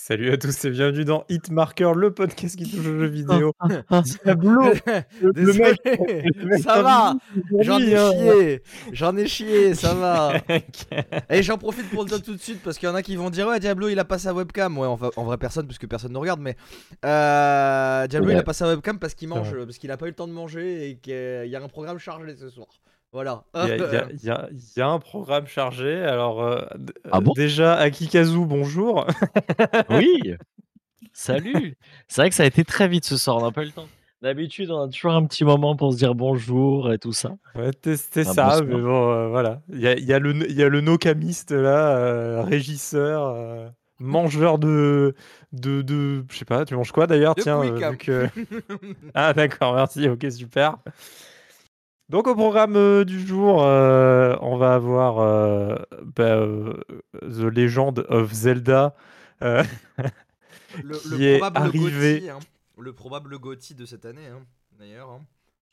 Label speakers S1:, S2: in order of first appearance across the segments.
S1: Salut à tous et bienvenue dans Hitmarker, le podcast qui touche aux jeux
S2: Ah,
S1: vidéo.
S2: ah, ah.
S1: Diablo, le mec,
S2: Désolé,
S1: le mec
S2: ça va.
S1: aujourd'hui, hein.
S2: J'en ai chié, ça va.
S1: Mec.
S2: Et j'en profite pour le dire tout de suite parce qu'il y en a qui vont dire ouais Diablo il a pas sa webcam. Ouais, en vrai personne puisque personne ne regarde, mais Diablo il a pas sa webcam parce qu'il mange, parce qu'il a pas eu le temps de manger et qu'il y a un programme chargé ce soir. Voilà.
S1: Il y a un programme chargé. Alors,
S3: Ah bon?
S1: déjà, Akikazu, bonjour.
S3: Oui, salut. C'est vrai que ça a été très vite ce soir, on n'a pas eu le temps. D'habitude, on a toujours un petit moment pour se dire bonjour et tout ça.
S1: On va tester
S3: Ah,
S1: ça,
S3: bonsoir.
S1: mais bon, voilà. Il y a le no-camiste là, régisseur, mangeur de. Je sais pas, tu manges quoi d'ailleurs?
S2: De
S1: Tiens,
S2: quick.
S1: vu que. Ah, d'accord, merci, ok, super. Donc, au programme du jour, on va avoir The Legend of Zelda, qui est
S2: probable
S1: arrivé.
S2: GOTY, hein. Le probable GOTY de cette année, hein, d'ailleurs. Hein.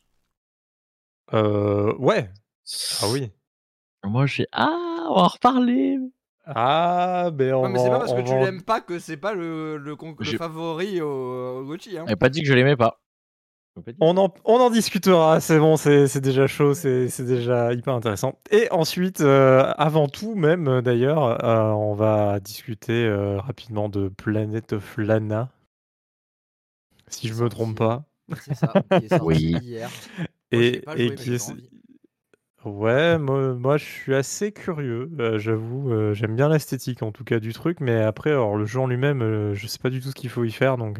S1: Ouais. Ah oui.
S3: Moi, on va en reparler.
S1: Ah, ben
S2: Ouais, mais c'est pas parce que tu
S1: va en-
S2: l'aimes pas que c'est pas le favori au GOTY. Hein.
S3: J'avais pas dit que je l'aimais pas. J'ai pas dit ça.
S1: On en discutera, c'est bon, c'est déjà chaud, c'est déjà hyper intéressant. Et ensuite, avant tout même d'ailleurs, on va discuter rapidement de Planet of Lana, si je me trompe pas.
S2: C'est ça, qui est sorti
S3: Oui.
S2: hier. Moi, j'y ai pas joué, mais
S1: qui
S2: j'ai envie.
S1: Ouais, moi je suis assez curieux, j'avoue, j'aime bien l'esthétique en tout cas du truc, mais après, alors le jeu en lui-même, je sais pas du tout ce qu'il faut y faire, donc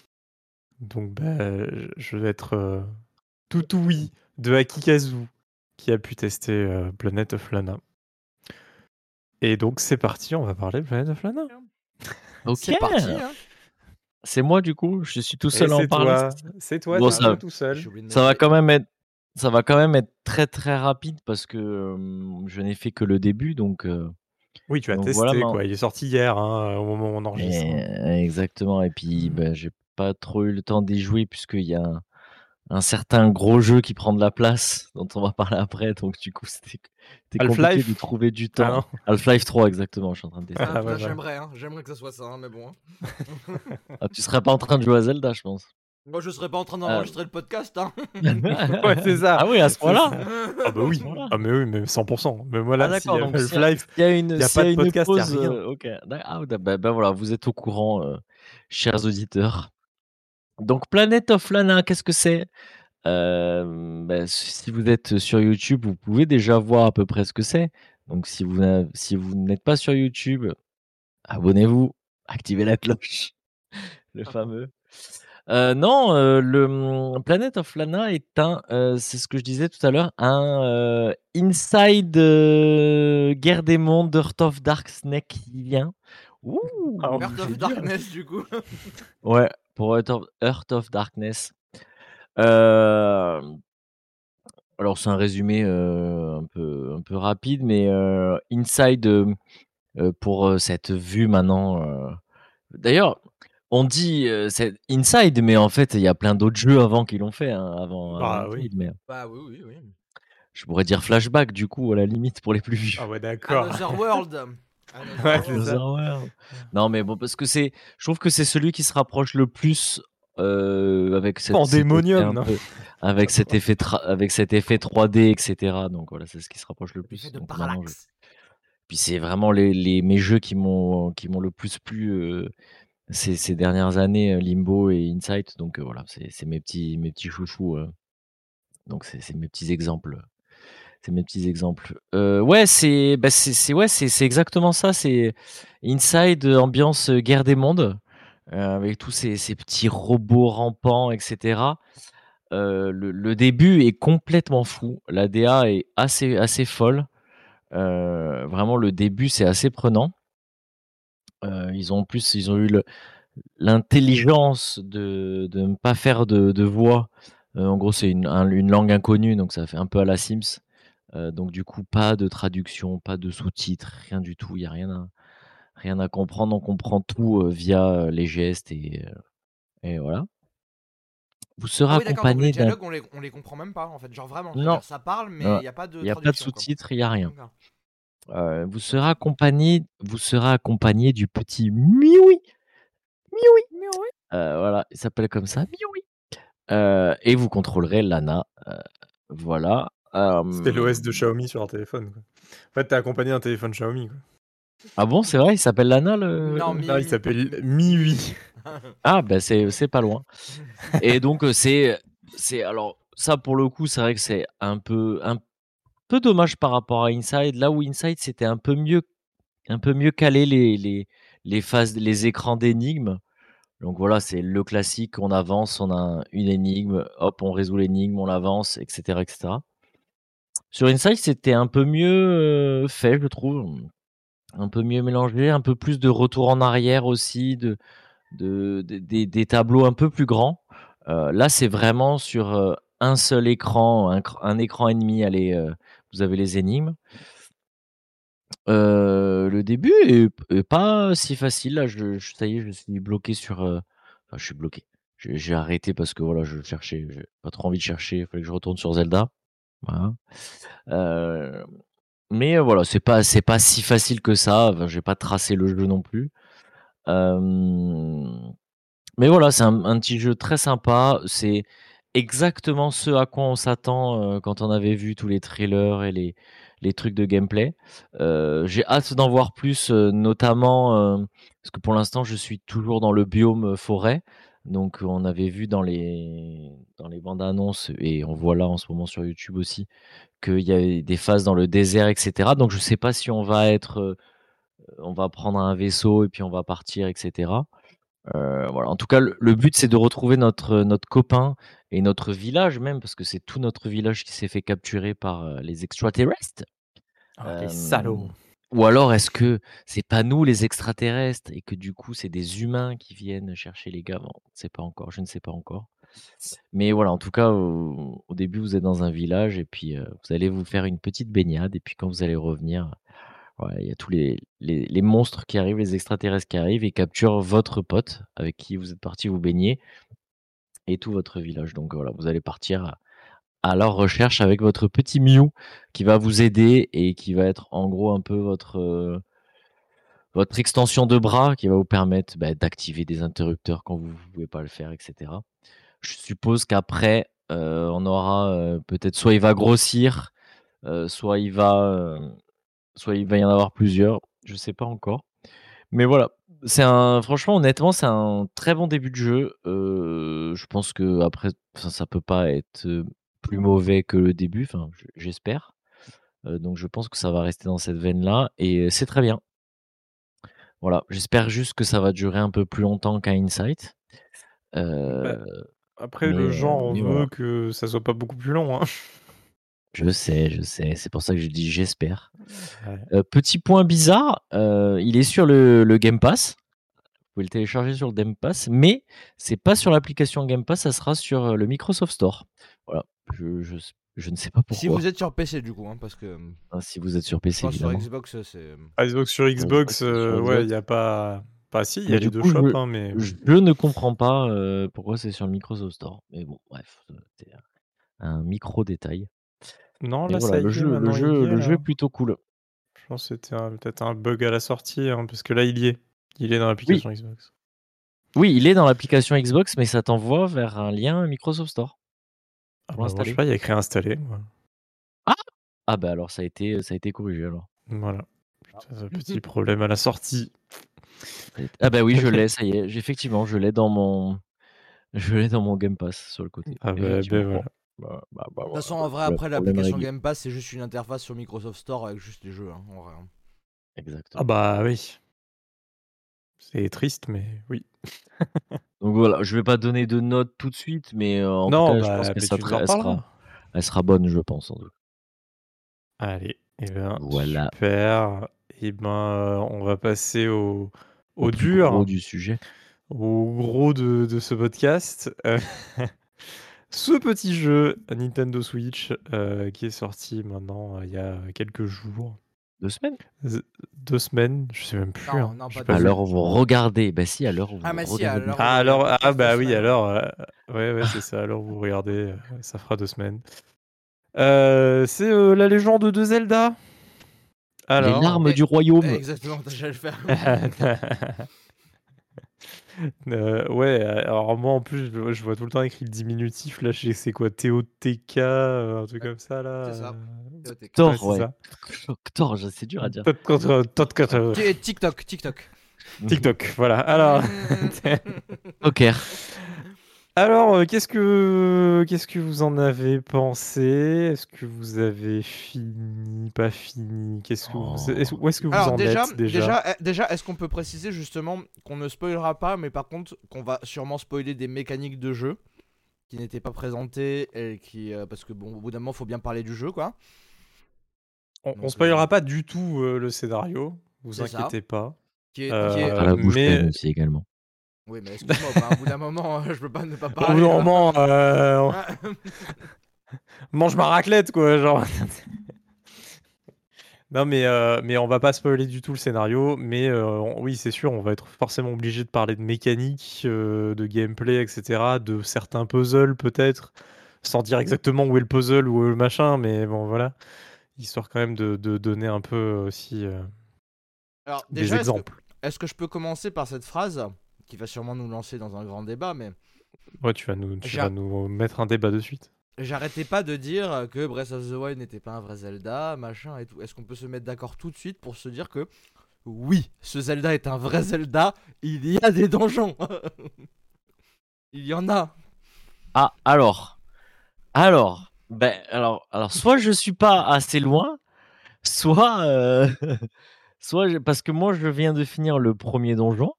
S1: bah, je vais être tout oui de Akikazu qui a pu tester Planet of Lana. Et donc c'est parti, on va parler de Planet of Lana.
S3: Ok.
S2: C'est parti, hein.
S3: C'est moi du coup, je suis tout
S1: Et
S3: seul à en parler.
S1: c'est toi,
S3: Bon,
S1: t'es un peu tout seul.
S2: J'ai oublié de
S3: Ça va
S2: noter.
S3: quand même être très très rapide parce que je n'ai fait que le début, donc.
S1: Oui, tu as
S3: Donc
S1: testé
S3: voilà,
S1: quoi, il est sorti hier au moment où on enregistre.
S3: Exactement. Et puis, j'ai pas trop eu le temps d'y jouer puisqu'il y a un certain gros jeu qui prend de la place, dont on va parler après. Donc du coup, c'était compliqué
S1: Half-Life
S3: de trouver du
S1: Ah
S3: temps.
S1: non.
S3: Half-Life 3, exactement. Je suis en train de tester.
S1: Ah, ouais, voilà.
S2: J'aimerais que ça soit ça, hein, mais bon. Hein.
S3: Ah, tu serais pas en train de jouer à Zelda, je pense.
S2: Moi, je serais pas en train d'enregistrer le podcast, hein.
S1: Ouais, c'est ça.
S3: Ah oui, à ce point-là.
S1: Ah bah oui.
S3: Voilà.
S1: Ah mais oui, mais 100%. Mais moi
S3: Ah
S1: là, s'il y
S3: d'accord,
S1: a
S3: donc
S1: Half-Life,
S3: s'il y a
S1: il
S3: une,
S1: n'y a pas de
S3: une
S1: podcast, il n'y a
S3: pause,
S1: rien.
S3: ok. Bah voilà, vous êtes au courant, chers auditeurs. Donc Planet of Lana, qu'est-ce que c'est? Bah, si vous êtes sur YouTube, vous pouvez déjà voir à peu près ce que c'est. Donc si vous n'êtes pas sur YouTube, abonnez-vous, activez la cloche, le fameux. Non, Planet of Lana est c'est ce que je disais tout à l'heure, un Inside Guerre des Mondes, Heart of Darkness-ien. Ouh,
S2: Heart of
S3: c'est dur.
S2: Darkness, du coup.
S3: Ouais, pour Heart of Darkness. Hem Alors c'est un résumé, un peu rapide, mais Inside, pour, cette vue maintenant, d'ailleurs, on dit, c'est Inside, mais en fait, il y a plein d'autres jeux avant qui l'ont fait, hein, avant
S1: Bah oui.
S3: Inside, mais
S2: Bah oui.
S3: je pourrais dire Flashback du coup, à la limite, pour les plus vieux.
S1: Ah ouais, d'accord.
S2: Another World.
S1: Ouais, c'est ça.
S3: Non, mais bon, parce que je trouve que c'est celui qui se rapproche le plus, avec cet effet
S1: Pandemonium,
S3: un
S1: non?
S3: peu avec cet effet 3D et cetera, donc voilà, c'est ce qui se rapproche le plus,
S2: L'effet de
S3: donc maintenant
S2: parallaxe.
S3: puis c'est vraiment mes jeux qui m'ont le plus plu, ces dernières années, Limbo et Inside, donc voilà, c'est mes petits chouchous, donc c'est mes petits exemples, Ouais, c'est exactement ça, c'est Inside, ambiance, guerre des mondes, avec tous ces petits robots rampants et cetera. Le début est complètement fou, la DA est assez folle, vraiment le début, c'est assez prenant. Ils ont eu l'intelligence de ne pas faire de voix. En gros, c'est une langue inconnue, donc ça fait un peu à la Sims. Donc du coup, pas de traduction, pas de sous-titres, rien du tout. Il y a rien à comprendre. On comprend tout, via, les gestes et voilà. Vous serez
S2: Ah oui, d'accord, donc les
S3: accompagné d'un
S2: dialogues, on les comprend même pas, en fait. Genre vraiment,
S3: non,
S2: c'est-à-dire ça parle, mais
S3: non,
S2: il n'y a pas de
S3: il y a pas de
S2: traduction, quoi.
S3: sous-titres, il y a rien.
S2: D'accord.
S3: Vous serez accompagné du petit Miui. Mioui. Voilà, il s'appelle comme ça, Mioui. Et vous contrôlerez Lana. Voilà.
S1: C'était l'OS de Xiaomi sur un téléphone, quoi. En fait, t'es accompagné d'un téléphone Xiaomi, quoi.
S3: Ah bon, c'est vrai, il s'appelle Lana le.
S2: Non,
S1: Là, il
S2: Miui.
S1: s'appelle MIUI.
S3: Ah, bah c'est pas loin. Et donc, c'est. Alors, ça pour le coup, c'est vrai que c'est un peu dommage par rapport à Inside. Là où Inside, c'était un peu mieux calé les phases, les écrans d'énigmes. Donc voilà, c'est le classique, on avance, on a une énigme, hop, on résout l'énigme, on l'avance, etc., etc. Sur Inside, c'était un peu mieux fait, je trouve, un peu mieux mélangé, un peu plus de retour en arrière aussi, des tableaux un peu plus grands. Là, c'est vraiment sur un seul écran, un écran et demi. Allez, vous avez les énigmes. Le début est pas si facile. Là, ça y est, je suis bloqué sur. Enfin, je suis bloqué. J'ai arrêté parce que voilà, je cherchais. J'ai pas trop envie de chercher. Il fallait que je retourne sur Zelda. Voilà. Mais voilà, c'est pas si facile que ça. Enfin, j'ai pas tracé le jeu non plus. Mais voilà, c'est un petit jeu très sympa. C'est exactement ce à quoi on s'attend, quand on avait vu tous les trailers et les trucs de gameplay. J'ai hâte d'en voir plus, notamment, parce que pour l'instant, je suis toujours dans le biome, forêt. Donc on avait vu dans les bandes annonces et on voit là en ce moment sur YouTube aussi, qu'il y avait des phases dans le désert et cetera. Donc je sais pas si on va être, on va prendre un vaisseau et puis on va partir et cetera. Voilà, en tout cas, le but, c'est de retrouver notre copain et notre village même, parce que c'est tout notre village qui s'est fait capturer par, les extraterrestres.
S1: Ah, les salauds.
S3: Ou alors est-ce que c'est pas nous les extraterrestres et que du coup, c'est des humains qui viennent chercher les gars? Bon, on sait pas encore, je ne sais pas encore. Mais voilà, en tout cas, au début, vous êtes dans un village et puis, vous allez vous faire une petite baignade et puis quand vous allez revenir, ouais, il y a tous les monstres qui arrivent, les extraterrestres qui arrivent et capturent votre pote avec qui vous êtes parti vous baigner et tout votre village. Donc voilà, vous allez partir à leur recherche avec votre petit Mew qui va vous aider et qui va être en gros un peu votre extension de bras qui va vous permettre, bah, d'activer des interrupteurs quand vous ne pouvez pas le faire, et cetera. Je suppose qu'après, on aura, peut-être soit il va grossir, soit soit il va y en avoir plusieurs, je sais pas encore. Mais voilà, franchement, honnêtement, c'est un très bon début de jeu. Je pense qu'après, enfin, ça peut pas être, plus mauvais que le début, enfin, j'espère. Donc je pense que ça va rester dans cette veine-là et c'est très bien. Voilà, j'espère juste que ça va durer un peu plus longtemps qu'un Insight.
S1: Bah,
S3: Heu,
S1: après, le genre
S3: mais
S1: veut
S3: voilà.
S1: que ça soit pas beaucoup plus long, hein.
S3: Je sais, c'est pour ça que je dis: «J'espère».
S1: Ouais.
S3: Petit point bizarre, il est sur le Game Pass. Vous pouvez le télécharger sur le Game Pass, mais c'est pas sur l'application Game Pass, ça sera sur, le Microsoft Store. Voilà, je ne sais pas
S2: Si
S3: pourquoi.
S2: vous êtes sur PC, du coup, hein, parce que
S3: Hein, si vous êtes sur
S2: je
S3: PC
S2: pense sur
S3: évidemment.
S2: Xbox, c'est.
S1: Xbox sur
S3: Sur Xbox,
S1: Xbox,
S3: c'est sur
S1: ouais, il
S3: Xbox.
S1: y a pas si, il y
S3: Mais
S1: a les
S3: du
S1: 2
S3: coup,
S1: shops, hein, mais
S3: je ne comprends pas, pourquoi c'est sur le Microsoft Store. Mais bon, bref, c'est un micro détail.
S1: non,
S3: Mais
S1: là,
S3: voilà,
S1: ça y est, maintenant, il y est,
S3: le jeu est
S1: là.
S3: plutôt cool.
S1: Je pense que c'était peut-être un bug à la sortie, hein, parce que là, il y est. Il est dans
S3: Oui,
S1: l'application Xbox.
S3: oui, il est dans l'application Xbox, mais ça t'envoie vers un lien Microsoft Store
S1: Ah
S3: pour
S1: bah, moi, je sais
S3: l'installer.
S1: pas, il y a écrit installer, moi.
S3: Ah! Ah bah, alors ça a été corrigé alors.
S1: Voilà. Putain, ce petit problème à la sortie.
S3: Ah bah, oui, je l'ai, ça y est, effectivement, je l'ai dans mon Game Pass sur le côté,
S1: Ah bah,
S3: effectivement. Bon,
S1: voilà.
S2: De toute
S3: voilà,
S2: façon, en vrai,
S3: le
S2: après
S3: problème est
S2: l'application
S3: réglé.
S2: Game Pass, c'est juste une interface sur Microsoft Store avec juste les jeux, hein, en vrai, hein.
S1: Ah
S3: Exactement.
S1: bah, oui. C'est triste, mais oui.
S3: Donc voilà, je vais pas donner de notes tout de suite, mais en tout
S1: Non,
S3: cas, je pense
S1: bah,
S3: que
S1: mais tu nous en reparleras.
S3: elle sera bonne, je pense, en tout cas.
S1: Allez, et ben,
S3: Voilà,
S1: super. Et ben, on va passer
S3: au
S1: au
S3: plus gros
S1: dur,
S3: du sujet.
S1: au gros de ce podcast. Ce petit jeu Nintendo Switch, qui est sorti maintenant, il y a quelques jours.
S3: 2 semaines?
S1: 2 semaines, je sais même plus,
S2: Non,
S1: hein,
S2: non,
S1: j'ai
S2: pas
S1: pas
S2: deux
S3: À
S1: vu.
S3: l'heure
S2: semaines.
S3: où vous regardez, bah si, à l'heure où
S2: Ah,
S3: vous
S2: mais si, à
S3: regardez.
S2: l'heure où
S1: Ah
S2: il y a le
S1: alors, ah
S2: podcast, 2
S1: bah oui,
S2: semaines, ouais.
S1: alors, ouais, c'est ça, alors vous regardez, ça fera 2 semaines. C'est, la légende de Zelda.
S3: Les
S1: Alors,
S3: larmes du royaume.
S2: Exactement, j'allais le faire.
S1: Ouais, alors moi en plus je vois tout le temps écrit le diminutif là, je sais c'est quoi TOTK, un truc
S2: Ouais,
S1: comme ça là,
S2: c'est ça. TOTK.
S1: ouais
S3: Thor,
S1: c'est
S3: ouais.
S1: ça.
S3: Thor, c'est dur à dire.
S2: TikTok, TikTok.
S1: TikTok, voilà. Alors,
S3: Poker.
S1: alors qu'est-ce que vous en avez pensé? Est-ce que vous avez fini? Pas fini? Qu'est-ce que vous, où est-ce que vous
S2: Alors
S1: en êtes déjà?
S2: déjà, est-ce qu'on peut préciser justement qu'on ne spoilera pas, mais par contre qu'on va sûrement spoiler des mécaniques de jeu qui n'étaient pas présentées et qui parce que bon, au bout d'un moment, faut bien parler du jeu, quoi.
S1: On
S2: Donc
S1: spoilera pas du tout le scénario, vous
S2: c'est ça.
S1: inquiétez pas.
S2: Qui est...
S3: Pas la bouche pleine
S1: Mais
S3: aussi également.
S2: Oui, mais excuse-moi, au bout d'un moment, je peux pas ne pas
S1: au bout
S2: parler.
S1: d'un moment, mange ma raclette quoi, genre. Non mais on va pas spoiler du tout le scénario, mais oui c'est sûr, on va être forcément obligé de parler de mécanique, de gameplay, etc., de certains puzzles peut-être, sans dire exactement où est le puzzle ou le machin, mais bon voilà, histoire quand même de donner un peu aussi
S2: Alors
S1: des
S2: déjà,
S1: exemples.
S2: est-ce que je peux commencer par cette phrase qui va sûrement nous lancer dans un grand débat, mais
S1: Ouais, tu vas nous mettre un débat de suite.
S2: j'arrêtais pas de dire que Breath of the Wild n'était pas un vrai Zelda, machin et tout. Est-ce qu'on peut se mettre d'accord tout de suite pour se dire que oui, ce Zelda est un vrai Zelda, il y a des donjons. Il y en a.
S3: Ah, alors, soit je suis pas assez loin, soit, parce que moi je viens de finir le premier donjon.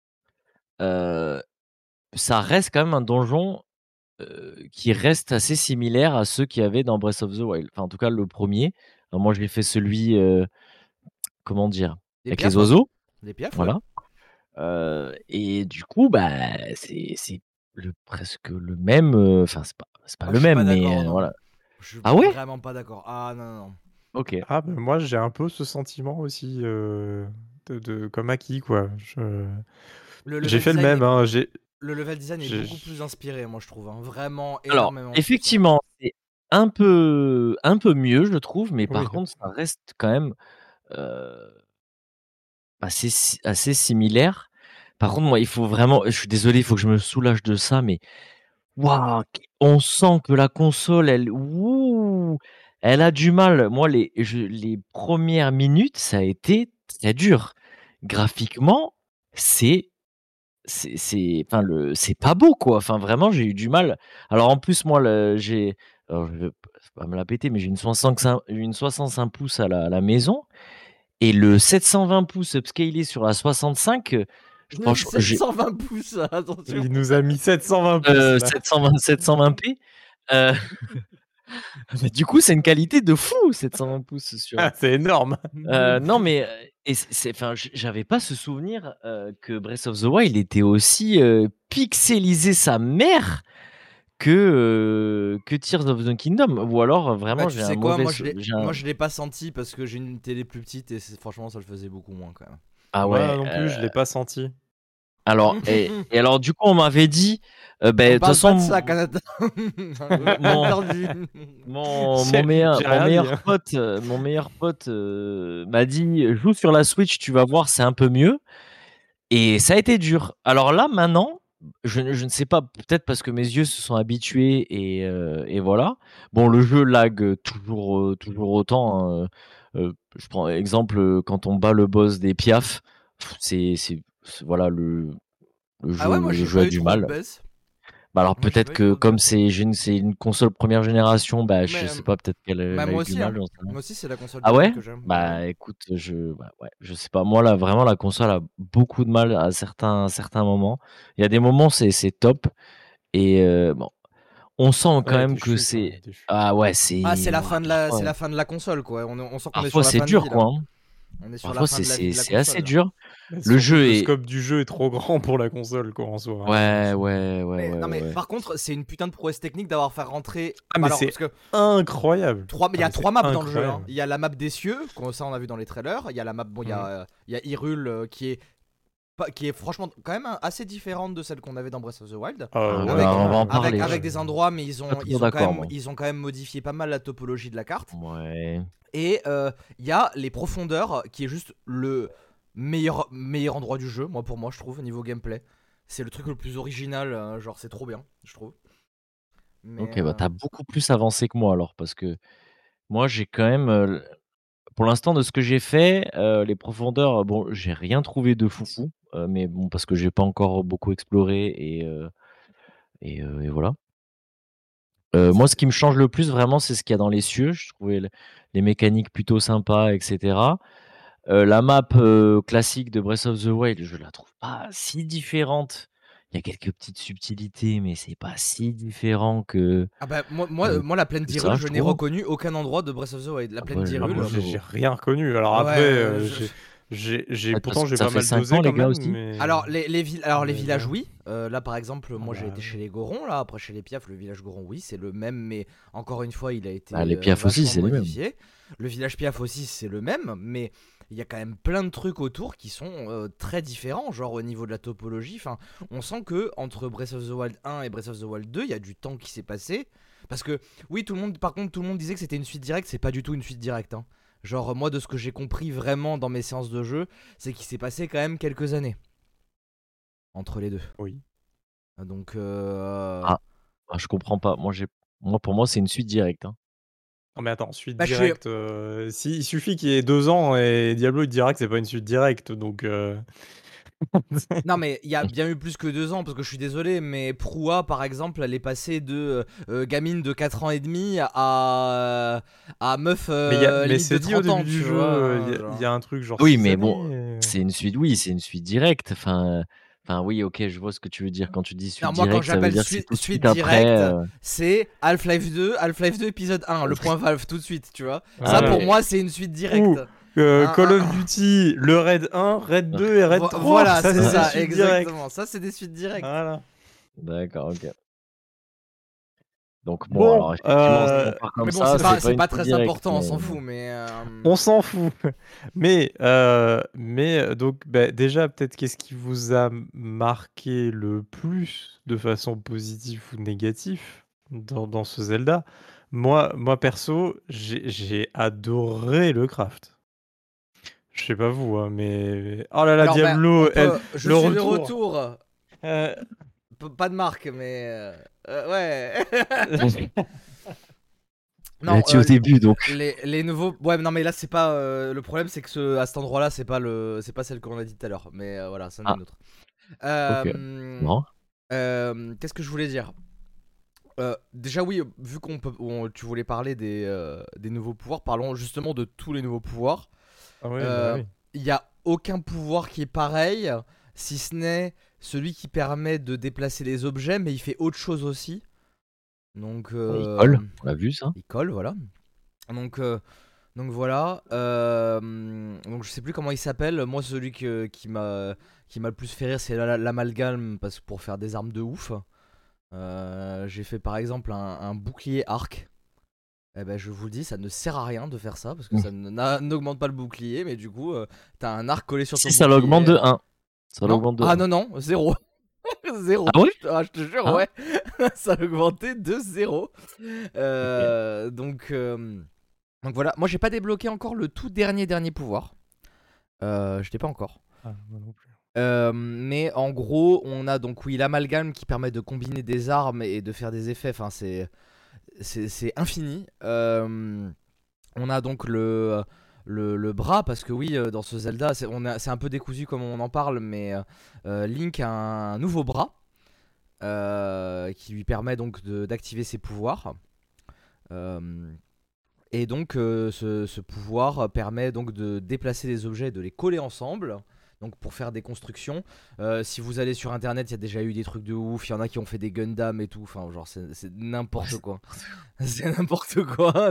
S3: Ça reste quand même un donjon qui reste assez similaire à ceux qu'il y avait dans Breath of the Wild. Enfin, en tout cas, le premier. Alors, moi, j'ai fait celui, comment dire,
S2: Des
S3: avec les
S2: piafs.
S3: oiseaux,
S2: Des piafs, ouais.
S3: voilà. Et du coup, bah, c'est presque le même. Enfin, c'est pas
S2: Ah,
S3: le
S2: je suis
S3: même,
S2: pas
S3: mais
S2: d'accord, non.
S3: voilà.
S2: Je suis
S3: Ah ouais?
S2: vraiment pas d'accord. Ah non, non, non.
S3: Ok.
S1: Ah ben moi j'ai un peu ce sentiment aussi comme Aki quoi.
S2: Le
S1: J'ai
S2: level
S1: fait le
S2: design
S1: même,
S2: est,
S1: hein,
S2: le level design est
S1: j'ai-
S2: beaucoup plus inspiré, moi je trouve, hein. Vraiment
S3: Alors,
S2: énormément plus, hein.
S3: effectivement, c'est un peu mieux, je trouve, mais par
S1: oui.
S3: contre, ça reste quand même euh, assez similaire. Par contre, moi, il faut vraiment, je suis désolé, il faut que je me soulage de ça, mais waouh, on sent que la console, elle a du mal. Moi, les premières minutes, ça a été très dur. Graphiquement, c'est enfin c'est pas beau quoi. Enfin vraiment, j'ai eu du mal. Alors en plus moi alors je vais pas me la péter, mais j'ai une 65 pouces à la maison et le 720 pouces upscalé sur la 65, franchement j'ai
S2: 720 pouces, attention.
S1: Il nous a mis 720 pouces là.
S3: 720p. Heu, mais du coup, c'est une qualité de fou 720 pouces
S1: Ah,
S3: sur,
S1: c'est énorme.
S3: non mais, et c'est enfin, j'avais pas ce souvenir, que Breath of the Wild était aussi, pixelisé sa mère que Tears of the Kingdom, ou alors
S2: Bah
S3: vraiment
S2: tu
S3: j'ai un
S2: sais quoi,
S3: mauvais sou j'ai un
S2: moi je l'ai pas senti parce que j'ai une télé plus petite et franchement ça le faisait beaucoup moins quand
S3: ah
S1: Moi
S3: ouais,
S1: non plus, je l'ai pas senti.
S3: alors
S2: même.
S3: et alors du coup on m'avait dit,
S2: On
S3: de toute
S2: parle pas de
S3: façon
S2: ça, Canada.
S3: mon
S2: Interdit.
S1: J'ai rien dit. Hein.
S3: mon meilleur pote, m'a dit: «Joue sur la Switch, tu vas voir, c'est un peu mieux», et ça a été dur. Alors là, maintenant, je ne sais pas, peut-être parce que mes yeux se sont habitués et voilà. Bon, le jeu lag, toujours autant, hein, je prends exemple, quand on bat le boss des Piaf, voilà,
S2: Ah ouais, moi
S3: le
S2: j'ai
S3: jeu
S2: pas
S3: a
S2: eu
S3: du
S2: trop de
S3: mal.
S2: baisse.
S3: Bah, alors
S2: Moi j'ai
S3: peut-être
S2: pas eu
S3: que
S2: trop de
S3: comme
S2: baisse.
S3: c'est une console première génération, bah, je
S2: Mais
S3: sais pas, peut-être qu'elle,
S2: bah,
S3: elle a
S2: moi
S3: eu du
S2: aussi, hein.
S3: mal, j'en sais rien.
S2: Moi aussi, c'est la console
S3: Ah
S2: dernière
S3: ouais?
S2: que j'aime. Ouais, ouais.
S3: Bah, écoute, bah, ouais, je sais pas. Moi, là, vraiment, la console a beaucoup de mal à certains moments. Il y a des moments, c'est top, et bon, on sent
S1: Ouais, il
S3: quand
S1: y a
S3: même
S1: des
S3: que
S1: chutes, hein, il y a
S3: c'est
S1: des chutes.
S3: ah ouais,
S2: Ah, c'est
S3: c'est
S2: la
S3: ouah,
S2: fin de c'est la fin de la console, quoi. On sent qu'on est sur
S3: parfois
S2: la
S3: c'est
S2: fin de
S3: dur,
S2: vie là.
S3: quoi, hein.
S2: On est sur la
S3: Parfois,
S2: fin de la vie de la
S3: c'est assez
S2: console là.
S3: dur.
S1: Mais
S3: Le
S1: surtout que
S3: jeu
S1: le
S3: est
S1: scope du jeu est trop grand pour la console quoi en soi. Hein,
S3: ouais, ouais, ouais,
S2: Mais
S3: ouais,
S2: non,
S3: ouais,
S2: mais
S3: ouais.
S2: par contre, c'est une putain de prouesse technique d'avoir fait rentrer.
S1: Ah
S2: Bah
S1: mais
S2: alors,
S1: c'est
S2: parce que
S1: incroyable.
S2: il
S1: Ah
S2: y a
S1: mais c'est
S2: trois maps dans le jeu, hein.
S1: incroyable.
S2: Il y a la map des cieux, ça on a vu dans les trailers. Il y a la map, bon,
S1: Mhm.
S2: il y a Hyrule qui est franchement quand même assez différente de celle qu'on avait dans Breath of the Wild.
S3: Ah ouais,
S1: Ouais,
S2: Avec,
S3: on va en
S1: carrément.
S3: parler, je
S2: avec
S3: suis
S2: des endroits, mais
S3: pas toujours d'accord, moi.
S2: ils ont quand même modifié pas mal la topologie de la carte.
S3: Ouais.
S2: Et il y a les profondeurs qui est juste le meilleur endroit du jeu, moi pour moi je trouve, au niveau gameplay. c'est le truc le plus original, genre c'est trop bien, je trouve. Mais
S3: OK, bah, tu beaucoup plus avancé que moi alors, parce que moi j'ai quand même, pour l'instant de ce que j'ai fait, les profondeurs, bon, j'ai rien trouvé de foufou, mais bon, parce que j'ai pas encore beaucoup exploré et voilà. Moi, ce qui me change le plus vraiment, c'est ce qu'il y a dans les cieux. Je trouvais les mécaniques plutôt sympas et cetera. La map, classique de Breath of the Wild, je la trouve pas si différente. Il y a quelques petites subtilités, mais c'est pas si différent
S2: ah bah
S3: que
S2: moi la plaine
S3: que ça,
S2: d'Hyrule,
S3: je
S2: je n'ai
S3: trouve.
S2: reconnu aucun endroit de Breath of the Wild. La
S3: Ah
S2: plaine
S3: bah,
S1: Ah,
S2: d'Hyrule,
S1: moi,
S3: je
S1: j'ai rien reconnu. Alors après,
S2: ouais,
S1: pourtant
S3: parce que
S1: j'ai
S3: ça
S1: pas
S3: fait
S1: mal
S3: 5
S1: dosé
S3: ans les
S1: quand
S3: gars
S1: même,
S3: aussi?
S1: mais
S2: les
S1: mais
S2: villages,
S1: bon.
S2: oui. Là, par exemple,
S1: Ah
S2: moi j'ai
S1: bah
S2: été
S1: oui.
S2: chez les Gorons, là. Après, chez les Piaf, le village Goron, oui, c'est le même, mais encore une fois, il a
S3: Bah,
S2: été
S3: les piafs aussi,
S2: vachement
S3: c'est les mêmes.
S2: modifié. Le village Piaf aussi, c'est le même, mais il y a quand même plein de trucs autour qui sont très différents, genre au niveau de la topologie. Enfin, on sent que entre Breath of the Wild 1 et Breath of the Wild 2, il y a du temps qui s'est passé. Parce que, oui, par contre, tout le monde disait que c'était une suite directe, c'est pas du tout une suite directe, hein. Genre, moi, de ce que j'ai compris vraiment dans mes séances de jeu, c'est qu'il s'est passé quand même quelques années entre les deux.
S1: Oui.
S2: Donc,
S3: Ah, ah, je comprends pas. Moi, pour moi, c'est une suite directe, hein.
S1: Non mais attends, suite
S2: bah, je suis...
S1: directe, si il suffit qu'il y ait 2 ans et Diablo il te dira que c'est pas une suite directe donc
S2: Non, mais il y a bien eu plus que 2 ans, parce que je suis désolé, mais Proua, par exemple, elle est passée de gamine de 4 ans et demi à meuf
S1: mais
S2: limite de
S1: c'est dit au
S2: 30
S1: début
S2: ans,
S1: du
S2: tu vois,
S1: jeu,
S2: hein,
S1: il
S2: genre.
S1: y a un truc genre
S3: Oui,
S1: 6
S3: mais bon,
S1: années,
S3: c'est une suite oui, c'est une suite directe. Enfin oui, OK, je vois ce que tu veux dire. Quand tu dis
S2: Non,
S3: suite
S2: moi, quand
S3: directe, ça veut
S2: j'appelle
S3: dire que c'est
S2: suite,
S3: tout de
S2: suite
S3: suite après,
S2: directe, c'est Half-Life 2 épisode 1, le point Valve, tout de suite, tu vois.
S3: Ah
S2: Ça,
S1: voilà.
S2: pour
S3: ouais.
S2: moi, c'est une suite directe.
S1: Ou
S2: Un-
S1: Call of
S2: un-
S1: Duty, le Raid 1, Raid 2 et Raid 3,
S2: Voilà,
S1: ça
S2: c'est
S1: c'est des
S2: ça,
S1: suites directes.
S2: exactement. Ça, c'est des suites directes.
S1: Voilà.
S3: D'accord, OK. Donc bon,
S1: Bon,
S3: alors effectivement, si on part
S2: Mais
S3: comme
S2: bon,
S3: ça, c'est pas
S2: c'est
S3: une
S2: pas
S3: suite
S2: très
S3: directe,
S2: important, on
S3: mais
S2: s'en fout, mais.
S1: on s'en fout. Mais donc bah, déjà peut-être qu'est-ce qui vous a marqué le plus de façon positive ou négative dans ce Zelda? Moi perso, j'ai adoré le craft. Je sais pas vous, hein, mais oh là là,
S2: Alors, ben, on
S1: Diablo,
S2: peut. Je
S1: le
S2: suis de
S1: retour.
S2: retour.
S1: Euh,
S2: Pas de marque, mais. Ouais. Non,
S3: là-dessus au début donc.
S2: les nouveaux. Ouais, non, mais là, c'est pas. Le problème, c'est que à cet endroit-là, c'est pas celle qu'on a dit tout à l'heure. Mais voilà, c'en est
S3: Ah,
S2: une autre.
S3: OK.
S2: Euh,
S3: Marrant.
S2: Qu'est-ce que je voulais dire? Déjà, oui, vu tu voulais parler des nouveaux pouvoirs, parlons justement de tous les nouveaux pouvoirs.
S1: ah oui, bah
S2: Euh,
S1: oui.
S2: Il n'y a aucun pouvoir qui est pareil, si ce n'est celui qui permet de déplacer les objets, mais il fait autre chose aussi. Donc,
S3: Bah, il colle, on l'a vu ça.
S2: il colle, voilà. Donc, voilà. Donc, je sais plus comment il s'appelle. Moi, celui qui m'a le plus fait rire, c'est l'amalgame, parce que pour faire des armes de ouf. J'ai fait par exemple un bouclier arc. Eh ben, je vous le dis, ça ne sert à rien de faire ça parce que
S3: Mmh.
S2: ça n'augmente pas le bouclier, mais du coup, t'as un arc collé sur ton
S3: Si ça l'augmente
S2: bouclier.
S3: de 1. Ça
S2: Non?
S3: l'augmente de
S2: Ah
S3: 1.
S2: non, non, zéro. Zéro.
S3: Ah ouais?
S2: Je te jure,
S3: Ah?
S2: ouais. Ça a augmenté de zéro.
S3: OK.
S2: Donc voilà, moi j'ai pas débloqué encore le tout dernier pouvoir. Je l'ai pas encore.
S1: Ah, moi non plus.
S2: Mais en gros, on a donc oui l'amalgame qui permet de combiner des armes et de faire des effets. Enfin, c'est infini. On a donc le bras, parce que oui, dans ce Zelda, c'est un peu décousu comme on en parle, mais Link a un nouveau bras qui lui permet donc d'activer ses pouvoirs. Et donc ce pouvoir permet donc de déplacer les objets et de les coller ensemble. Donc pour faire des constructions. Si vous allez sur internet, il y a déjà eu des trucs de ouf. Il y en a qui ont fait des Gundam et tout. Enfin, genre, c'est n'importe quoi. C'est n'importe quoi.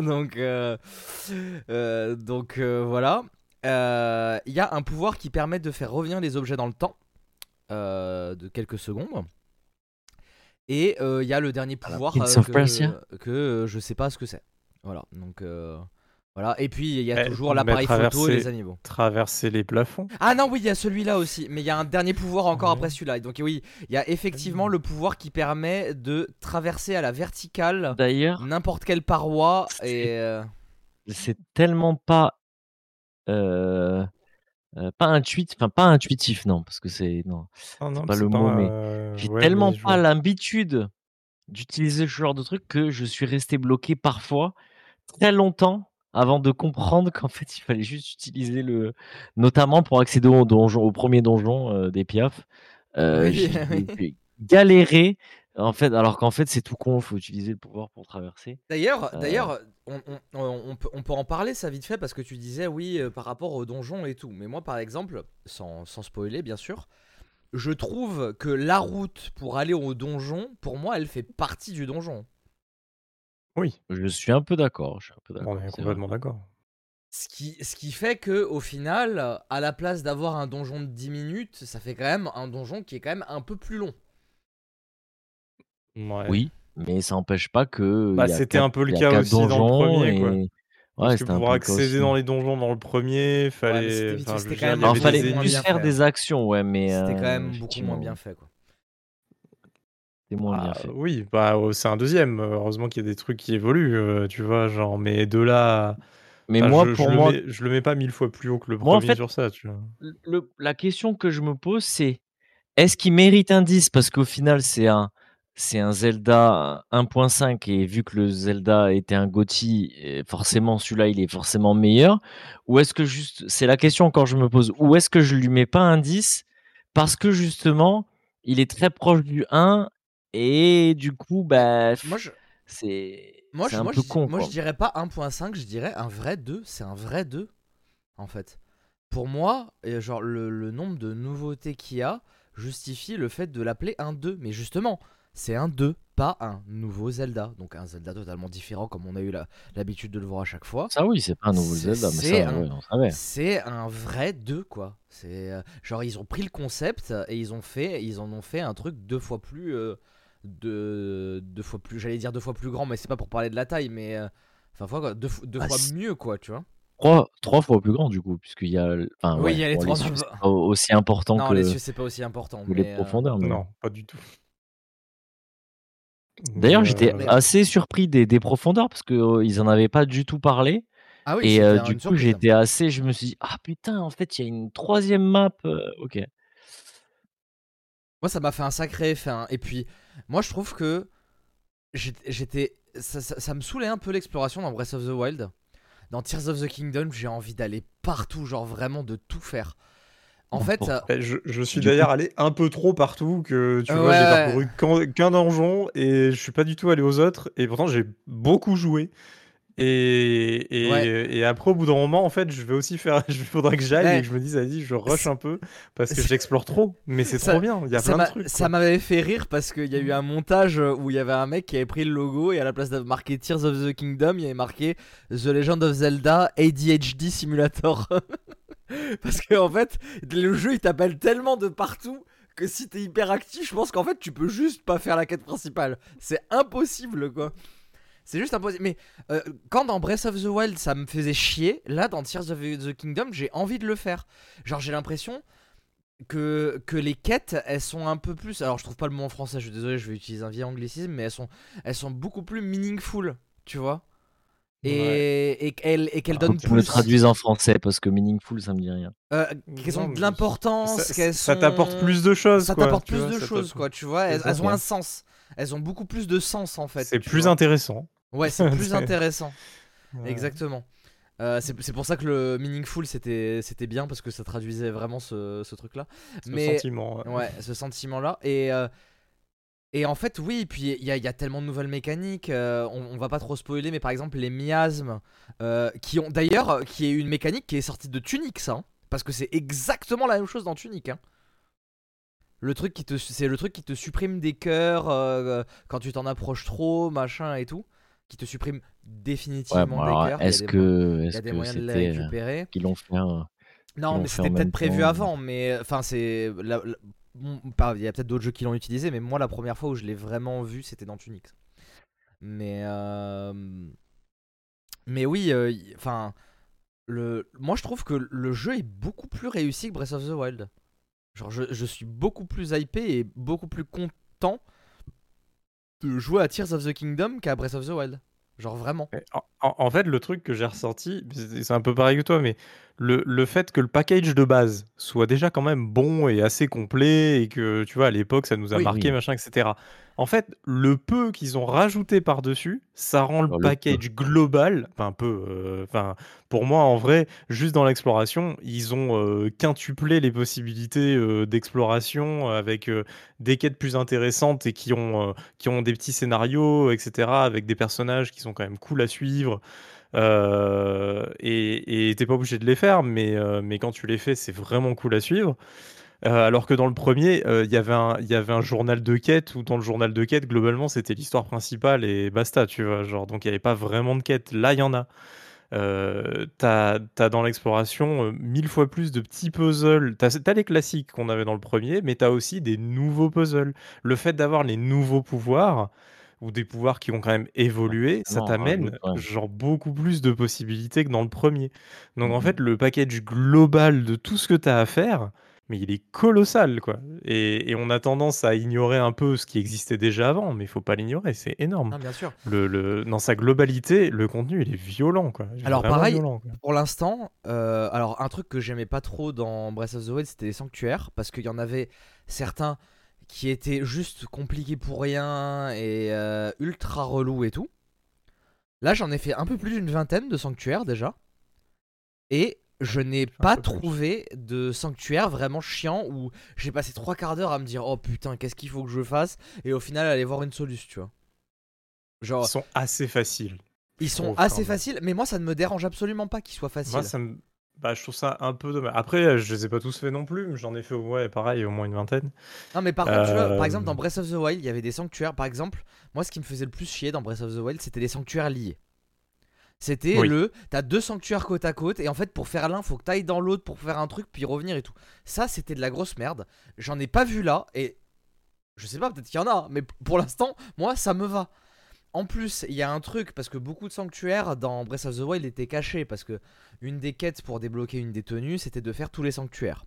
S2: Donc voilà. Il y a un pouvoir qui permet de faire revenir les objets dans le temps de quelques secondes. Et il y a le dernier
S3: À la
S2: pouvoir
S3: Prince of Persia?
S2: que je sais pas ce que c'est. Voilà. Donc voilà. Et puis il y a
S1: Eh,
S2: toujours
S1: mais
S2: l'appareil photo et les animaux.
S1: traverser les plafonds.
S2: Ah non, oui, il y a celui-là aussi, mais il y a un dernier pouvoir encore
S1: Ouais.
S2: après celui-là. Donc oui, il y a effectivement le pouvoir qui permet de traverser à la verticale
S3: D'ailleurs,
S2: n'importe quelle paroi
S3: c'est
S2: et
S3: c'est tellement pas, heu pas enfin pas intuitif, non, parce que non,
S1: Ah
S3: c'est
S1: non,
S3: pas le
S1: c'est
S3: mot,
S1: pas,
S3: mais j'ai
S1: ouais, mais
S3: tellement
S1: je
S3: pas
S1: vois.
S3: l'habitude d'utiliser ce genre de truc que je suis resté bloqué parfois très longtemps avant de comprendre qu'en fait, il fallait juste utiliser notamment pour accéder au 1er donjon, des Piaf.
S2: Oui, oui.
S3: J'ai galéré, en fait, alors qu'en fait, c'est tout con, il faut utiliser le pouvoir pour traverser.
S2: D'ailleurs, on peut en parler ça vite fait parce que tu disais oui par rapport au donjon et tout. Mais moi par exemple, sans spoiler bien sûr, je trouve que la route pour aller au donjon, pour moi, elle fait partie du donjon.
S1: Oui,
S3: Je suis un peu d'accord,
S1: on est
S3: c'est vrai.
S1: complètement d'accord.
S2: Ce qui fait que au final, à la place d'avoir un donjon de 10 minutes, ça fait quand même un donjon qui est quand même un peu plus long.
S1: Ouais.
S3: Oui, mais ça n'empêche pas qu'il
S1: Bah,
S3: y a
S1: c'était
S3: 4
S1: un peu le
S3: il y a
S1: cas
S3: 4
S1: aussi dans le
S3: donjons
S1: premier, quoi.
S3: et
S1: Parce
S3: ouais,
S1: que
S3: c'était un
S1: pour
S3: peu le cas
S1: accéder dans
S3: aussi.
S1: les donjons dans le premier,
S2: Ouais, mais
S1: fallait enfin, je veux
S2: c'était quand
S1: dire,
S2: même
S1: il y
S3: Alors
S1: avait
S2: beaucoup
S3: fallait
S1: des
S2: moins
S3: plus
S2: bien
S1: ennemis.
S3: faire
S2: fait, hein.
S3: des actions, ouais, mais
S2: C'était quand même beaucoup moins bien
S3: effectivement,
S2: fait, quoi.
S3: c'est moins bien
S1: Ah
S3: fait.
S1: oui, bah, c'est un deuxième. Heureusement qu'il y a des trucs qui évoluent, tu vois? Genre, mais de là
S3: Mais
S1: enfin,
S3: moi,
S1: je
S3: pour
S1: le
S3: moi
S1: mets je le mets pas 1000 fois plus haut que le
S3: moi, en
S1: premier
S3: fait,
S1: sur ça, tu vois?
S3: la question que je me pose, c'est: est-ce qu'il mérite un 10 parce qu'au final, c'est un Zelda 1.5 et vu que le Zelda était un GOTY, forcément celui-là, il est forcément meilleur? Ou est-ce que juste c'est la question encore je me pose, ou est-ce que je lui mets pas un 10 parce que justement, il est très proche du 1 et du coup,
S2: Mais
S3: bah,
S2: moi, je,
S3: c'est un peu con,
S2: moi, je
S3: quoi.
S2: dirais pas 1.5, je dirais un vrai 2. C'est un vrai 2, en fait. Pour moi, genre, le nombre de nouveautés qu'il y a justifie le fait de l'appeler un 2. Mais justement, c'est un 2, pas un nouveau Zelda. Donc un Zelda totalement différent, comme on a eu l'habitude de le voir à chaque fois.
S3: Ça oui, c'est pas un nouveau
S2: C'est
S3: Zelda, mais
S2: c'est
S3: ça,
S2: un,
S3: ouais, on savait.
S2: c'est un vrai 2, quoi. Genre, ils ont pris le concept et ils en ont fait un truc deux fois plus. Deux fois plus, j'allais dire deux fois plus grand, mais c'est pas pour parler de la taille, mais enfin, deux
S3: Ah
S2: fois mieux, quoi, tu vois.
S3: 3 fois plus grand du coup, puisqu'il y a enfin
S2: Oui, il y
S3: ouais,
S2: a les
S3: bon les
S2: trois.
S3: cieux, c'est pas aussi important
S2: Non, les cieux, c'est pas aussi important,
S3: que les profondeurs, mais
S1: Non, pas du tout. Mais
S3: d'ailleurs, j'étais
S2: mais
S3: assez surpris des profondeurs parce que, ils en avaient pas du tout parlé
S2: ah oui,
S3: et
S2: c'était
S3: du
S2: une
S3: coup,
S2: surprise.
S3: je me suis dit: «Ah putain, en fait, il y a une troisième map, OK».
S2: Moi, ça m'a fait un sacré effet, hein. Et puis, moi, je trouve que ça me saoulait un peu l'exploration dans Breath of the Wild. Dans Tears of the Kingdom, j'ai envie d'aller partout, genre vraiment de tout faire. En fait,
S3: Pourquoi?
S1: Je suis
S3: Du coup
S1: d'ailleurs allé un peu trop partout que, tu vois, j'ai
S2: ouais,
S1: parcouru qu'un donjon et je suis pas du tout allé aux autres et pourtant j'ai beaucoup joué
S2: ouais.
S1: et après, au bout d'un moment, en fait, je vais aussi faire il faudrait que j'aille et
S2: Mais
S1: que je me dise: «Vas-y, je rush
S2: c-
S1: un peu» parce que
S2: c-
S1: j'explore trop, mais c'est trop
S2: ça,
S1: bien, il y a plein de trucs,
S2: ça
S1: quoi.
S2: m'avait fait rire parce qu'il y a eu un montage où il y avait un mec qui avait pris le logo et à la place de marquer Tears of the Kingdom, il y avait marqué The Legend of Zelda ADHD Simulator. Parce que en fait, le jeu il t'appelle tellement de partout que si t'es hyper actif, je pense qu'en fait tu peux juste pas faire la quête principale. C'est impossible, quoi. C'est juste impossible. Mais quand dans Breath of the Wild ça me faisait chier, là dans Tears of the Kingdom j'ai envie de le faire. Genre j'ai l'impression que les quêtes elles sont un peu plus. Alors je trouve pas le mot en français, je suis désolé, je vais utiliser un vieil anglicisme, mais elles sont beaucoup plus meaningful, tu vois.
S1: Ouais.
S2: Et qu'elles
S3: faut
S2: donnent
S3: que tu me le
S2: plus.
S3: traduises en français parce que meaningful, ça me dit rien.
S2: Qu'elles ont
S1: Non,
S2: de
S1: mais
S2: l'importance, qu'elles
S1: ça t'apporte
S2: sont.
S1: plus de choses,
S2: Ça
S1: quoi,
S2: t'apporte
S1: tu
S2: plus
S1: vois?
S2: de
S1: Ça
S2: choses,
S1: t'apporte
S2: quoi, tu vois.
S1: c'est ça.
S2: Elles ont un
S3: OK.
S2: sens. Elles ont beaucoup plus de sens, en fait,
S1: C'est
S2: tu
S1: plus
S2: vois.
S1: intéressant.
S2: Ouais, c'est plus
S1: C'est
S2: intéressant.
S1: ouais,
S2: Exactement. C'est pour ça que le meaningful c'était bien parce que ça traduisait vraiment ce truc-là.
S1: ce
S2: Mais
S1: sentiment,
S2: ouais, ce sentiment-là. Et en fait, oui, puis il y a tellement de nouvelles mécaniques. On va pas trop spoiler, mais par exemple, les miasmes, qui ont d'ailleurs, qui est une mécanique qui est sortie de Tunic, ça, hein. Parce que c'est exactement la même chose dans Tunic, hein. C'est le truc qui te supprime des cœurs quand tu t'en approches trop, machin et tout. Qui te supprime
S3: Ouais,
S2: définitivement
S3: bon
S2: des
S3: alors
S2: cœurs. Il y
S3: est-ce
S2: a des
S3: que
S2: moyens de les
S3: c'était,
S2: récupérer.
S3: qu'ils l'ont fait,
S2: Non, mais
S3: en
S2: c'était peut-être
S3: même
S2: prévu
S3: temps?
S2: avant. Mais enfin, il y a peut-être d'autres jeux qui l'ont utilisé. Mais moi, la première fois où je l'ai vraiment vu, c'était dans Tunic. Mais, mais oui, enfin, moi je trouve que le jeu est beaucoup plus réussi que Breath of the Wild. Genre, je suis beaucoup plus hypé et beaucoup plus content de jouer à Tears of the Kingdom qu'à Breath of the Wild. Genre, vraiment.
S1: En fait, le truc que j'ai ressenti, c'est un peu pareil que toi, mais le fait que le package de base soit déjà quand même bon et assez complet et que, tu vois, à l'époque, ça nous a
S2: Oui.
S1: marqué,
S3: Oui,
S1: machin, etc. En fait, le peu qu'ils ont rajouté par-dessus, ça rend le
S3: sur le peu.
S1: package global, enfin, pour moi, en vrai, juste dans l'exploration, ils ont quintuplé les possibilités d'exploration avec des quêtes plus intéressantes et qui ont des petits scénarios, etc., avec des personnages qui sont quand même cool à suivre. Et t'es pas obligé de les faire, mais quand tu les fais, c'est vraiment cool à suivre. Alors que dans le premier, il y avait un journal de quête où dans le journal de quête, globalement, c'était l'histoire principale et basta, tu vois. Genre, donc il n'y avait pas vraiment de quête. Là, il y en a. T'as dans l'exploration 1000 fois plus de petits puzzles. T'as les classiques qu'on avait dans le premier, mais t'as aussi des nouveaux puzzles. Le fait d'avoir les nouveaux pouvoirs, ou des pouvoirs qui ont quand même évolué, ça
S3: Forcément, rajoute,
S1: t'amène
S3: ouais.
S1: genre beaucoup plus de possibilités que dans le premier. Donc en
S3: Mhm.
S1: fait, le package global de tout ce que t'as à faire, mais il est colossal, quoi. Et on a tendance à ignorer un peu ce qui existait déjà avant, mais il faut pas l'ignorer, c'est énorme.
S2: Non, bien sûr.
S1: Dans sa globalité, le contenu, il est violent, quoi.
S2: Alors
S1: Vraiment
S2: pareil,
S1: violent, quoi.
S2: pour l'instant, alors un truc que j'aimais pas trop dans Breath of the Wild, c'était les sanctuaires, parce qu'il y en avait certains qui étaient juste compliqués pour rien et ultra relous et tout. Là, j'en ai fait un peu plus d'une vingtaine de sanctuaires déjà, et je n'ai
S1: Un
S2: pas
S1: peu plus.
S2: trouvé de sanctuaire vraiment chiant où j'ai passé 3 quarts d'heure à me dire oh putain qu'est-ce qu'il faut que je fasse et au final aller voir une solution, tu vois.
S1: Ils
S2: Genre
S1: sont assez faciles,
S2: ils
S1: je
S2: sont
S1: trouve, quand
S2: assez
S1: même.
S2: faciles, mais moi ça ne me dérange absolument pas qu'ils soient
S1: Moi,
S2: faciles.
S1: bah, je trouve ça un peu dommage. Après, je les ai pas tous faits non plus, mais j'en ai fait, ouais, pareil, au moins une vingtaine.
S2: Non mais par contre tu vois par exemple
S1: Euh,
S2: dans Breath of the Wild il y avait des sanctuaires par exemple. Moi ce qui me faisait le plus chier dans Breath of the Wild c'était les sanctuaires liés. C'était
S1: Oui.
S2: t'as deux sanctuaires côte à côte et en fait pour faire l'un faut que t'ailles dans l'autre pour faire un truc puis revenir et tout. Ça c'était de la grosse merde. J'en ai pas vu là et je sais pas peut-être qu'il y en a mais pour l'instant moi ça me va. En plus, il y a un truc parce que beaucoup de sanctuaires dans Breath of the Wild étaient cachés parce que une des quêtes pour débloquer une des tenues, c'était de faire tous les sanctuaires.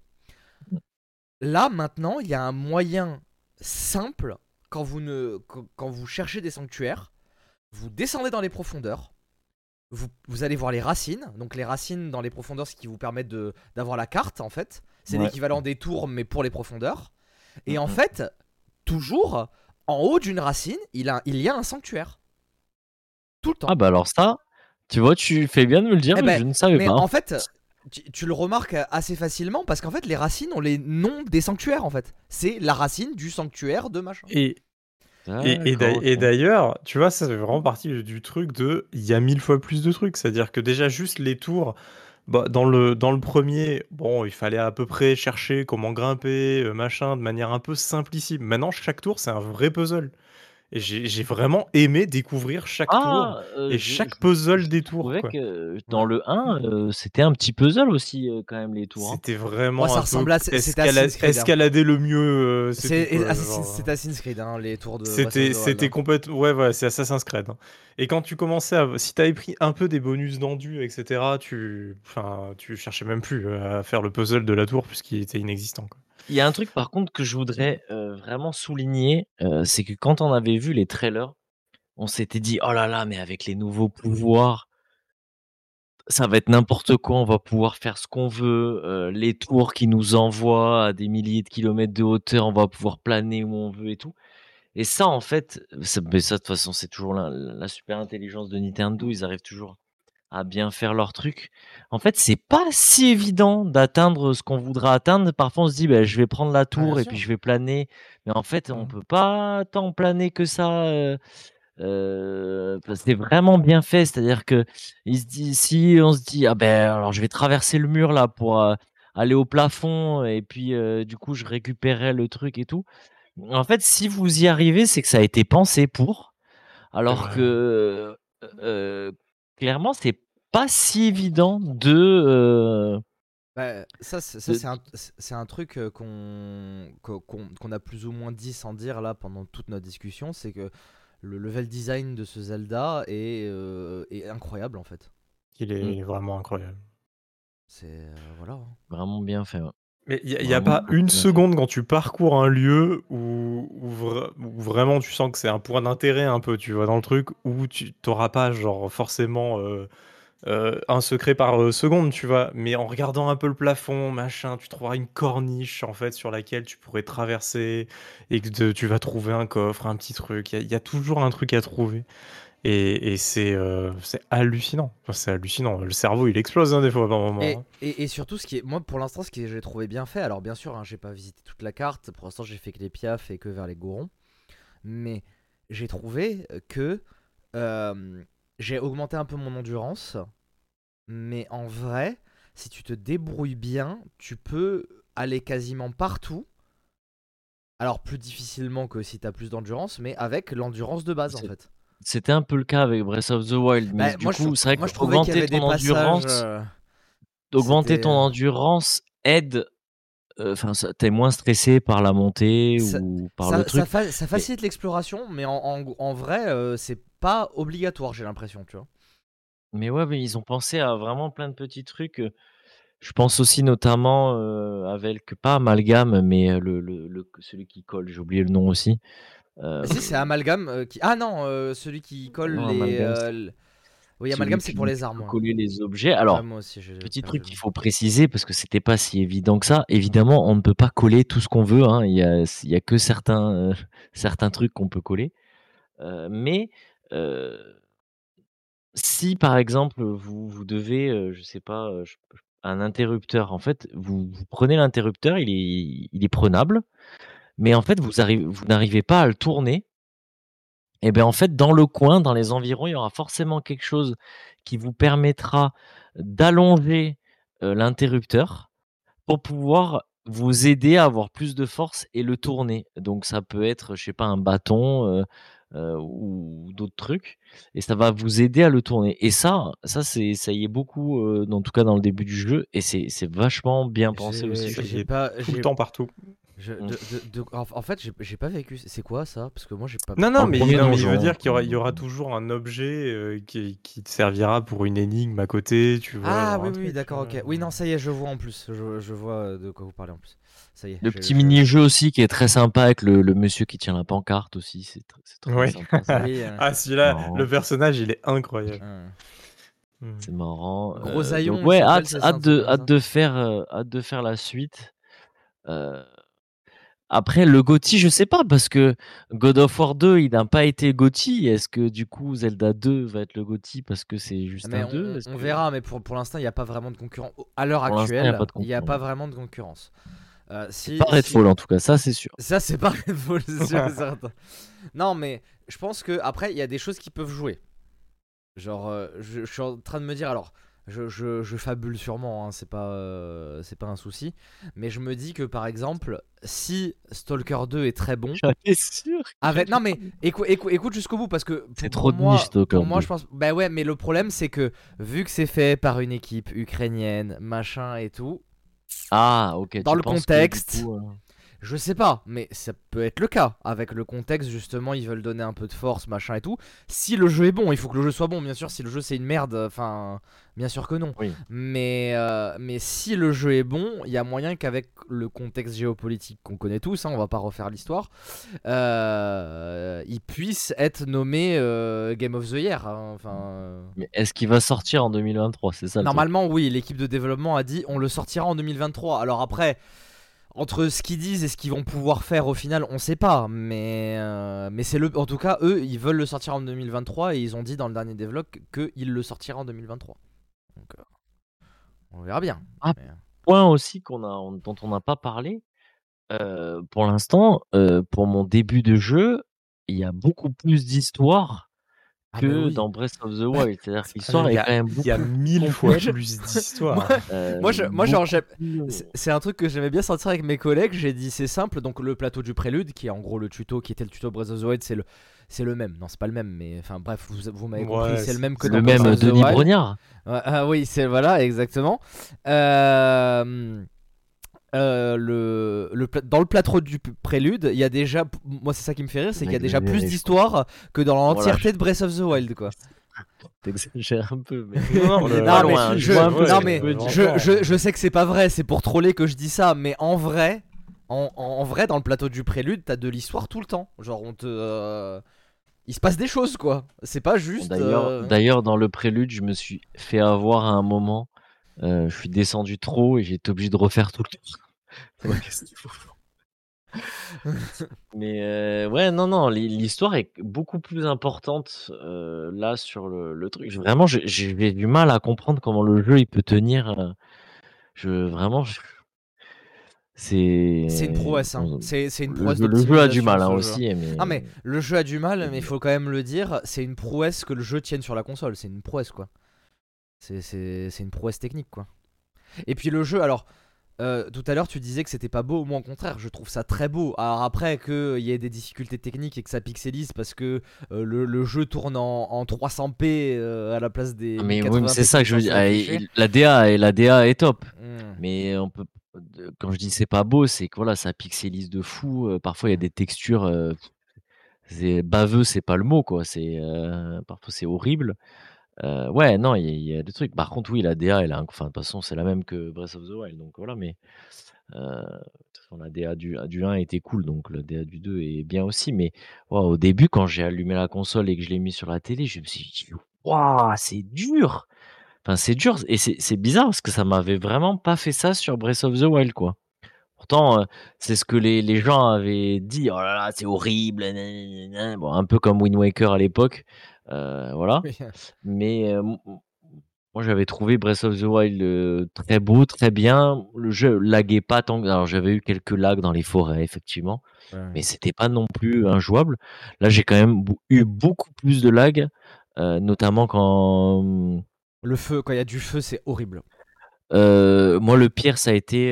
S2: Là maintenant, il y a un moyen simple quand vous cherchez des sanctuaires, vous descendez dans les profondeurs, vous allez voir les racines. Donc les racines dans les profondeurs, ce qui vous permet d'avoir la carte en fait. C'est
S3: Ouais.
S2: l'équivalent des tours mais pour les profondeurs. Et en
S3: Mhm.
S2: fait, toujours en haut d'une racine, il y a un sanctuaire. Tout le temps.
S3: Ah bah alors ça, tu vois, tu fais bien de me le dire,
S2: Eh ben,
S3: je ne savais
S2: mais
S3: pas.
S2: en fait, tu le remarques assez facilement parce qu'en fait, les racines ont les noms des sanctuaires en fait. C'est la racine du sanctuaire de machin.
S1: Et,
S3: D'accord,
S1: et
S3: ok.
S1: d'ailleurs, tu vois, ça fait vraiment partie du truc de. Il y a 1000 fois plus de trucs. C'est-à-dire que déjà, juste les tours. Bah, dans le premier, bon, il fallait à peu près chercher comment grimper, machin, de manière un peu simplissime. Maintenant, chaque tour, c'est un vrai puzzle. Et j'ai vraiment aimé découvrir chaque tour
S3: Ah,
S1: et chaque puzzle
S3: je
S1: des tours,
S3: trouvais
S1: quoi.
S3: que dans
S2: Ouais.
S3: le 1, c'était un petit puzzle aussi, quand même, les tours, hein.
S1: C'était
S2: Ouais,
S1: vraiment
S2: ça
S1: un peu
S2: ressemble à. C'est Assassin's Creed. Hein.
S1: escalader le mieux, c'est tout, quoi. Genre,
S2: C'est Assassin's Creed, hein, les tours de Breath of the Wild.
S1: c'était
S2: Hein.
S1: complètement. Ouais, ouais, c'est Assassin's Creed, hein. Et quand tu commençais à. Si t'avais pris un peu des bonus d'endu, etc., enfin, tu cherchais même plus à faire le puzzle de la tour puisqu'il était inexistant, quoi.
S3: Il y a un truc par contre que je voudrais, vraiment souligner, c'est que quand on avait vu les trailers, on s'était dit: «Oh là là, mais avec les nouveaux pouvoirs, ça va être n'importe quoi, on va pouvoir faire ce qu'on veut, les tours qui nous envoient à des milliers de kilomètres de hauteur, on va pouvoir planer où on veut et tout». Et ça, en fait, ça de toute façon, c'est toujours la super intelligence de Nintendo, ils arrivent toujours à bien faire leur truc. En fait, c'est pas si évident d'atteindre ce qu'on voudra atteindre. Parfois, on se dit: «Beh, je vais prendre la
S2: Ah, bien
S3: tour et puis
S2: sûr.
S3: je vais planer». Mais en fait, on
S1: Mm.
S3: peut pas tant planer que ça, parce c'est vraiment bien fait. C'est-à-dire que il se dit si on se dit: «Ah ben alors je vais traverser le mur là pour, aller au plafond et puis, du coup, je récupérerai le truc et tout». En fait, si vous y arrivez, c'est que ça a été pensé pour,
S1: C'est
S3: alors
S1: vrai.
S3: que, clairement, c'est pas si évident
S2: Bah, ça
S3: de
S2: c'est un truc qu'on a plus ou moins dit sans dire là pendant toute notre discussion. C'est que le level design de ce Zelda est incroyable en fait.
S1: Il
S3: mmh,
S1: est vraiment incroyable.
S2: C'est. Voilà. Hein.
S3: vraiment bien fait, ouais.
S1: Mais il y a
S3: Vraiment
S1: pas
S3: beaucoup
S1: une
S3: bien fait.
S1: seconde quand tu parcours un lieu où vraiment tu sens que c'est un point d'intérêt un peu, tu vois, dans le truc, où tu t'auras pas, genre, forcément. un secret par seconde, tu vois. Mais en regardant un peu le plafond, machin, tu trouveras une corniche en fait sur laquelle tu pourrais traverser et que tu vas trouver un coffre, un petit truc. Il y a toujours un truc à trouver. Et c'est hallucinant. Enfin, c'est hallucinant. Le cerveau, il explose des fois par moment.
S2: Et surtout, moi pour l'instant, ce que j'ai trouvé bien fait, alors bien sûr, j'ai pas visité toute la carte, pour l'instant j'ai fait que les Piaf et que vers les Gorons, mais j'ai trouvé que j'ai augmenté un peu mon endurance, mais en vrai, si tu te débrouilles bien, tu peux aller quasiment partout. Alors plus difficilement que si t'as plus d'endurance, mais avec l'endurance de base en fait.
S3: C'était un peu le cas avec Breath of the Wild, mais du coup, c'est vrai
S2: moi je trouvais qu'il y
S3: qu'augmenter
S2: avait des
S3: ton
S2: passages.
S3: endurance, augmenter ton endurance aide. Enfin, t'es moins stressé par la montée ou par le truc.
S2: Ça facilite l'exploration, mais en vrai, c'est pas obligatoire, j'ai l'impression, tu vois.
S3: Mais ouais, mais ils ont pensé à vraiment plein de petits trucs. Je pense aussi notamment avec, pas Amalgame, mais celui qui colle, j'ai oublié le nom aussi.
S2: Si, c'est Amalgame qui. Ah non, celui qui colle
S3: Non,
S2: les.
S3: Amalgame,
S2: Oui,
S3: celui
S2: Amalgame,
S3: que
S2: c'est pour les
S3: tu peux
S2: armes.
S3: coller les objets.
S2: Ouais,
S3: Alors,
S2: moi aussi, j'ai
S3: petit
S2: perdu
S3: truc
S2: le
S3: qu'il
S2: nom.
S3: faut préciser, parce que c'était pas si évident que ça. Évidemment, on ne peut pas coller tout ce qu'on veut, hein. Il y a que certains trucs qu'on peut coller. Mais si par exemple, vous devez, je sais pas, un interrupteur, en fait, vous prenez l'interrupteur, il est prenable, mais en fait, vous n'arrivez pas à le tourner. Et ben en fait, dans le coin, dans les environs, il y aura forcément quelque chose qui vous permettra d'allonger, l'interrupteur pour pouvoir vous aider à avoir plus de force et le tourner. Donc ça peut être, je sais pas, un bâton, ou d'autres trucs, et ça va vous aider à le tourner. Et ça y est beaucoup, en tout cas dans le début du jeu, et c'est vachement bien pensé aussi, je
S1: Ça y
S2: J'ai
S3: trouve.
S1: est
S2: pas.
S1: tout le temps partout.
S3: Mmh.
S2: En fait, j'ai pas vécu. C'est quoi ça? Parce que moi, j'ai pas.
S1: Non,
S3: Dans
S1: non,
S3: le premier
S1: mais je veux
S3: donjon,
S1: dire qu'il y aura toujours un objet qui te servira pour une énigme à côté, tu vois,
S2: Ah
S1: genre
S2: oui,
S1: un
S2: oui, oui,
S1: truc.
S2: d'accord, ok. Oui, non, ça y est, je vois en plus. Je vois de quoi vous parlez en plus. Ça y est,
S3: le petit mini-jeu aussi qui est très sympa avec le monsieur qui tient la pancarte aussi, c'est très
S1: Oui.
S3: sympa ça.
S2: Oui.
S1: Ah, celui-là,
S3: Marrant,
S1: le personnage, il est incroyable.
S2: Hein.
S1: Hmm.
S3: c'est marrant, donc
S2: Grosaillon, il
S3: ouais,
S2: s'appelle, c'est ça, un truc comme ça.
S3: hâte de faire la suite. Heu, Après le GOTY, je sais pas, parce que God of War 2, il n'a pas été GOTY. Est-ce que du coup Zelda 2 va être le GOTY parce que c'est juste
S2: Mais
S3: un 2? Est-ce
S2: on
S3: que
S2: verra, mais pour l'instant, il n'y a pas vraiment de concurrence. À l'heure
S3: pour l'instant il y a
S2: actuelle,
S3: pas de
S2: il n'y a pas
S3: concurrent?
S2: vraiment de concurrence.
S3: C'est pas Redfall en tout cas, ça c'est sûr.
S2: Ça, c'est pas Redfall, c'est sûr et certain. Non, mais je pense que après, il y a des choses qui peuvent jouer. Genre, je suis en train de me dire, alors, je fabule sûrement, hein, c'est pas un souci, mais je me dis que par exemple, si Stalker 2 est très bon,
S3: J'étais sûr.
S2: avec, non mais écoute jusqu'au bout parce que
S3: C'est trop de niche, Stalker
S2: pour moi
S3: 2.
S2: je pense, bah ouais, mais le problème c'est que vu que c'est fait par une équipe ukrainienne, machin et tout,
S3: Ah OK,
S2: dans
S3: tu
S2: le
S3: penses que du
S2: contexte.
S3: coup,
S2: Je sais pas, mais ça peut être le cas. Avec le contexte, justement, ils veulent donner un peu de force, machin et tout. Si le jeu est bon, il faut que le jeu soit bon, bien sûr. Si le jeu c'est une merde, enfin, bien sûr que non.
S3: oui.
S2: Mais si le jeu est bon, il y a moyen qu'avec le contexte géopolitique qu'on connaît tous, hein, on va pas refaire l'histoire, il puisse être nommé Game of the Year, hein, enfin.
S3: Mais est-ce qu'il va sortir en 2023? C'est ça le truc.
S2: Normalement, oui, l'équipe de développement a dit on le sortira en 2023. Alors après, entre ce qu'ils disent et ce qu'ils vont pouvoir faire au final, on sait pas. Mais c'est en tout cas, eux, ils veulent le sortir en 2023 et ils ont dit dans le dernier devlog qu'ils le sortira en 2023. Donc, on verra bien.
S3: Ah,
S2: Mais,
S3: point aussi dont on n'a pas parlé, pour l'instant, pour mon début de jeu, il y a beaucoup plus d'histoire
S2: Ah bah
S3: que
S2: oui.
S3: dans Breath of the
S2: Bah,
S3: Wild. C'est-à-dire que
S1: Ah, mais
S3: l'histoire est quand même
S1: il y a
S3: beaucoup plus
S1: 1000 fois
S3: complète,
S1: plus
S2: moi,
S1: d'histoire.
S2: moi, genre,
S3: beaucoup plus,
S2: c'est un truc que j'aimais bien sortir avec mes collègues. J'ai dit c'est simple. Donc le plateau du prélude, qui est en gros le tuto, qui était le tuto Breath of the Wild, c'est le même. Non, c'est pas le même, mais enfin bref, vous m'avez compris.
S1: Ouais,
S2: C'est le même que
S3: c'est
S2: dans
S3: le
S2: Breath
S3: même
S2: of the
S3: Denis
S2: Wild.
S3: Brognard.
S2: Ouais, ah oui, c'est voilà, exactement. Dans le plateau du prélude, il y a déjà, moi c'est ça qui me fait rire, c'est qu'il y a déjà plus d'histoire que dans l'entièreté de Breath of the Wild, quoi.
S3: T'exagères un peu, mais
S1: Non,
S3: on est
S1: le-
S3: pas
S2: Non, mais
S3: loin.
S2: je,
S3: vois un peu ce
S2: non,
S3: que
S2: mais
S3: tu veux dire.
S2: je sais que c'est pas vrai, c'est pour troller que je dis ça, mais en vrai, en vrai, dans le plateau du prélude, t'as de l'histoire tout le temps. Genre, il se passe des choses, quoi. C'est pas juste.
S3: D'ailleurs, dans le prélude, je me suis fait avoir à un moment. Je suis descendu trop et j'ai été obligé de refaire tout le tour. Qu'est-ce qu'il faut. Mais ouais, non, l'histoire est beaucoup plus importante là sur le truc. Vraiment, j'ai du mal à comprendre comment le jeu il peut tenir. Vraiment,
S2: C'est une prouesse, hein.
S3: bon,
S2: C'est une
S3: le
S2: prouesse
S3: jeu a du
S2: d'optimisation,
S3: mal
S2: ce jeu.
S3: aussi,
S2: Non, mais le jeu a du mal, mais il
S3: mais-
S2: faut quand même le dire, c'est une prouesse que le jeu tienne sur la console. C'est une prouesse, quoi. C'est une prouesse technique, quoi. Et puis le jeu, alors, tout à l'heure tu disais que c'était pas beau, moi au contraire, je trouve ça très beau. Alors après qu'il y ait des difficultés techniques et que ça pixelise parce que le jeu tourne en 300p à la place des
S3: mais oui, mais
S2: 1080p
S3: c'est ça que
S2: qui
S3: je
S2: sont
S3: veux dire.
S2: censés afficher.
S3: La DA est top.
S2: Hmm.
S3: Mais quand je dis c'est pas beau, c'est que voilà, ça pixelise de fou. Parfois, il y a des textures. C'est baveux, c'est pas le mot, quoi. Parfois, c'est horrible. Ouais, non, il y a des trucs. Par contre, oui, la DA, elle a enfin, de toute façon, c'est la même que Breath of the Wild, donc voilà. Mais de toute façon, la DA du 1 était cool, donc la DA du 2 est bien aussi. Mais au début, quand j'ai allumé la console et que je l'ai mis sur la télé, je me suis dit, waouh, c'est dur! Enfin, c'est dur et c'est bizarre parce que ça m'avait vraiment pas fait ça sur Breath of the Wild, quoi. Pourtant, c'est ce que les gens avaient dit: «Oh là là, c'est horrible, nin bon, un peu comme Wind Waker à l'époque, voilà.
S2: Oui.
S3: Mais, moi j'avais trouvé Breath of the Wild, très beau, très bien. Le jeu laguait pas tant que alors j'avais eu quelques lags dans les forêts effectivement, mais c'était pas non plus injouable. Là, j'ai quand même eu beaucoup plus de lag, notamment quand,
S2: Le feu, quand il y a du feu, c'est horrible.
S3: moi le pire ça a été,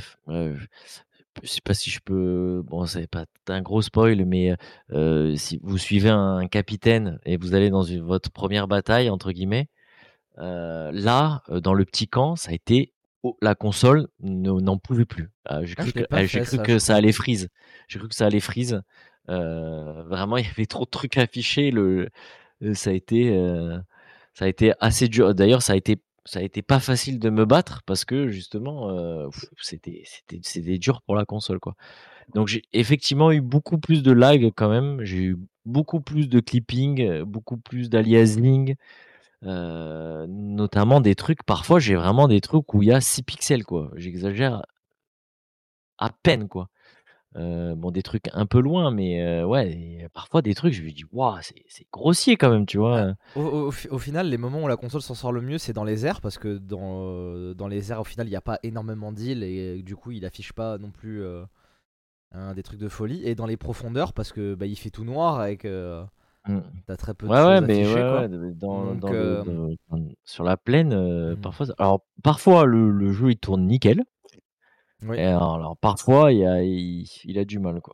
S3: je sais pas si je peux bon, c'est pas un gros spoil, mais si vous suivez un capitaine et vous allez dans votre première bataille entre guillemets, là, dans le petit camp, ça a été la console n'en pouvait plus.
S2: Ah, je l'ai pas
S3: J'ai
S2: fait
S3: cru
S2: ça, je
S3: que ça
S2: crois.
S3: allait freeze. J'ai cru que ça allait freeze. Vraiment, il y avait trop de trucs affichés. Ça a été, ça a été assez dur. D'ailleurs, ça a été pas facile de me battre parce que justement, c'était dur pour la console, quoi. Donc j'ai effectivement eu beaucoup plus de lag quand même. J'ai eu beaucoup plus de clipping, beaucoup plus d'aliasing, notamment des trucs parfois j'ai vraiment des trucs où il y a 6 pixels, quoi. J'exagère à peine, quoi. Bon des trucs un peu loin mais ouais et parfois des trucs je me dis: «Waouh, c'est grossier quand même», tu
S2: Bah,
S3: vois?
S2: au final, les moments où la console s'en sort le mieux, c'est dans les airs, parce que dans les airs, au final, il n'y a pas énormément d'îles, et du coup, il affiche pas non plus des trucs de folie. Et dans les profondeurs, parce que bah, il fait tout noir et que
S3: Mmh.
S2: t'as très peu de
S3: Ouais, ouais,
S2: choses
S3: mais
S2: affichées,
S3: ouais,
S2: quoi.
S3: ouais, dans
S2: Donc,
S3: dans le sur la plaine,
S2: mhm.
S3: parfois alors parfois le jeu il tourne nickel
S2: Oui.
S3: et alors parfois il a du mal, quoi.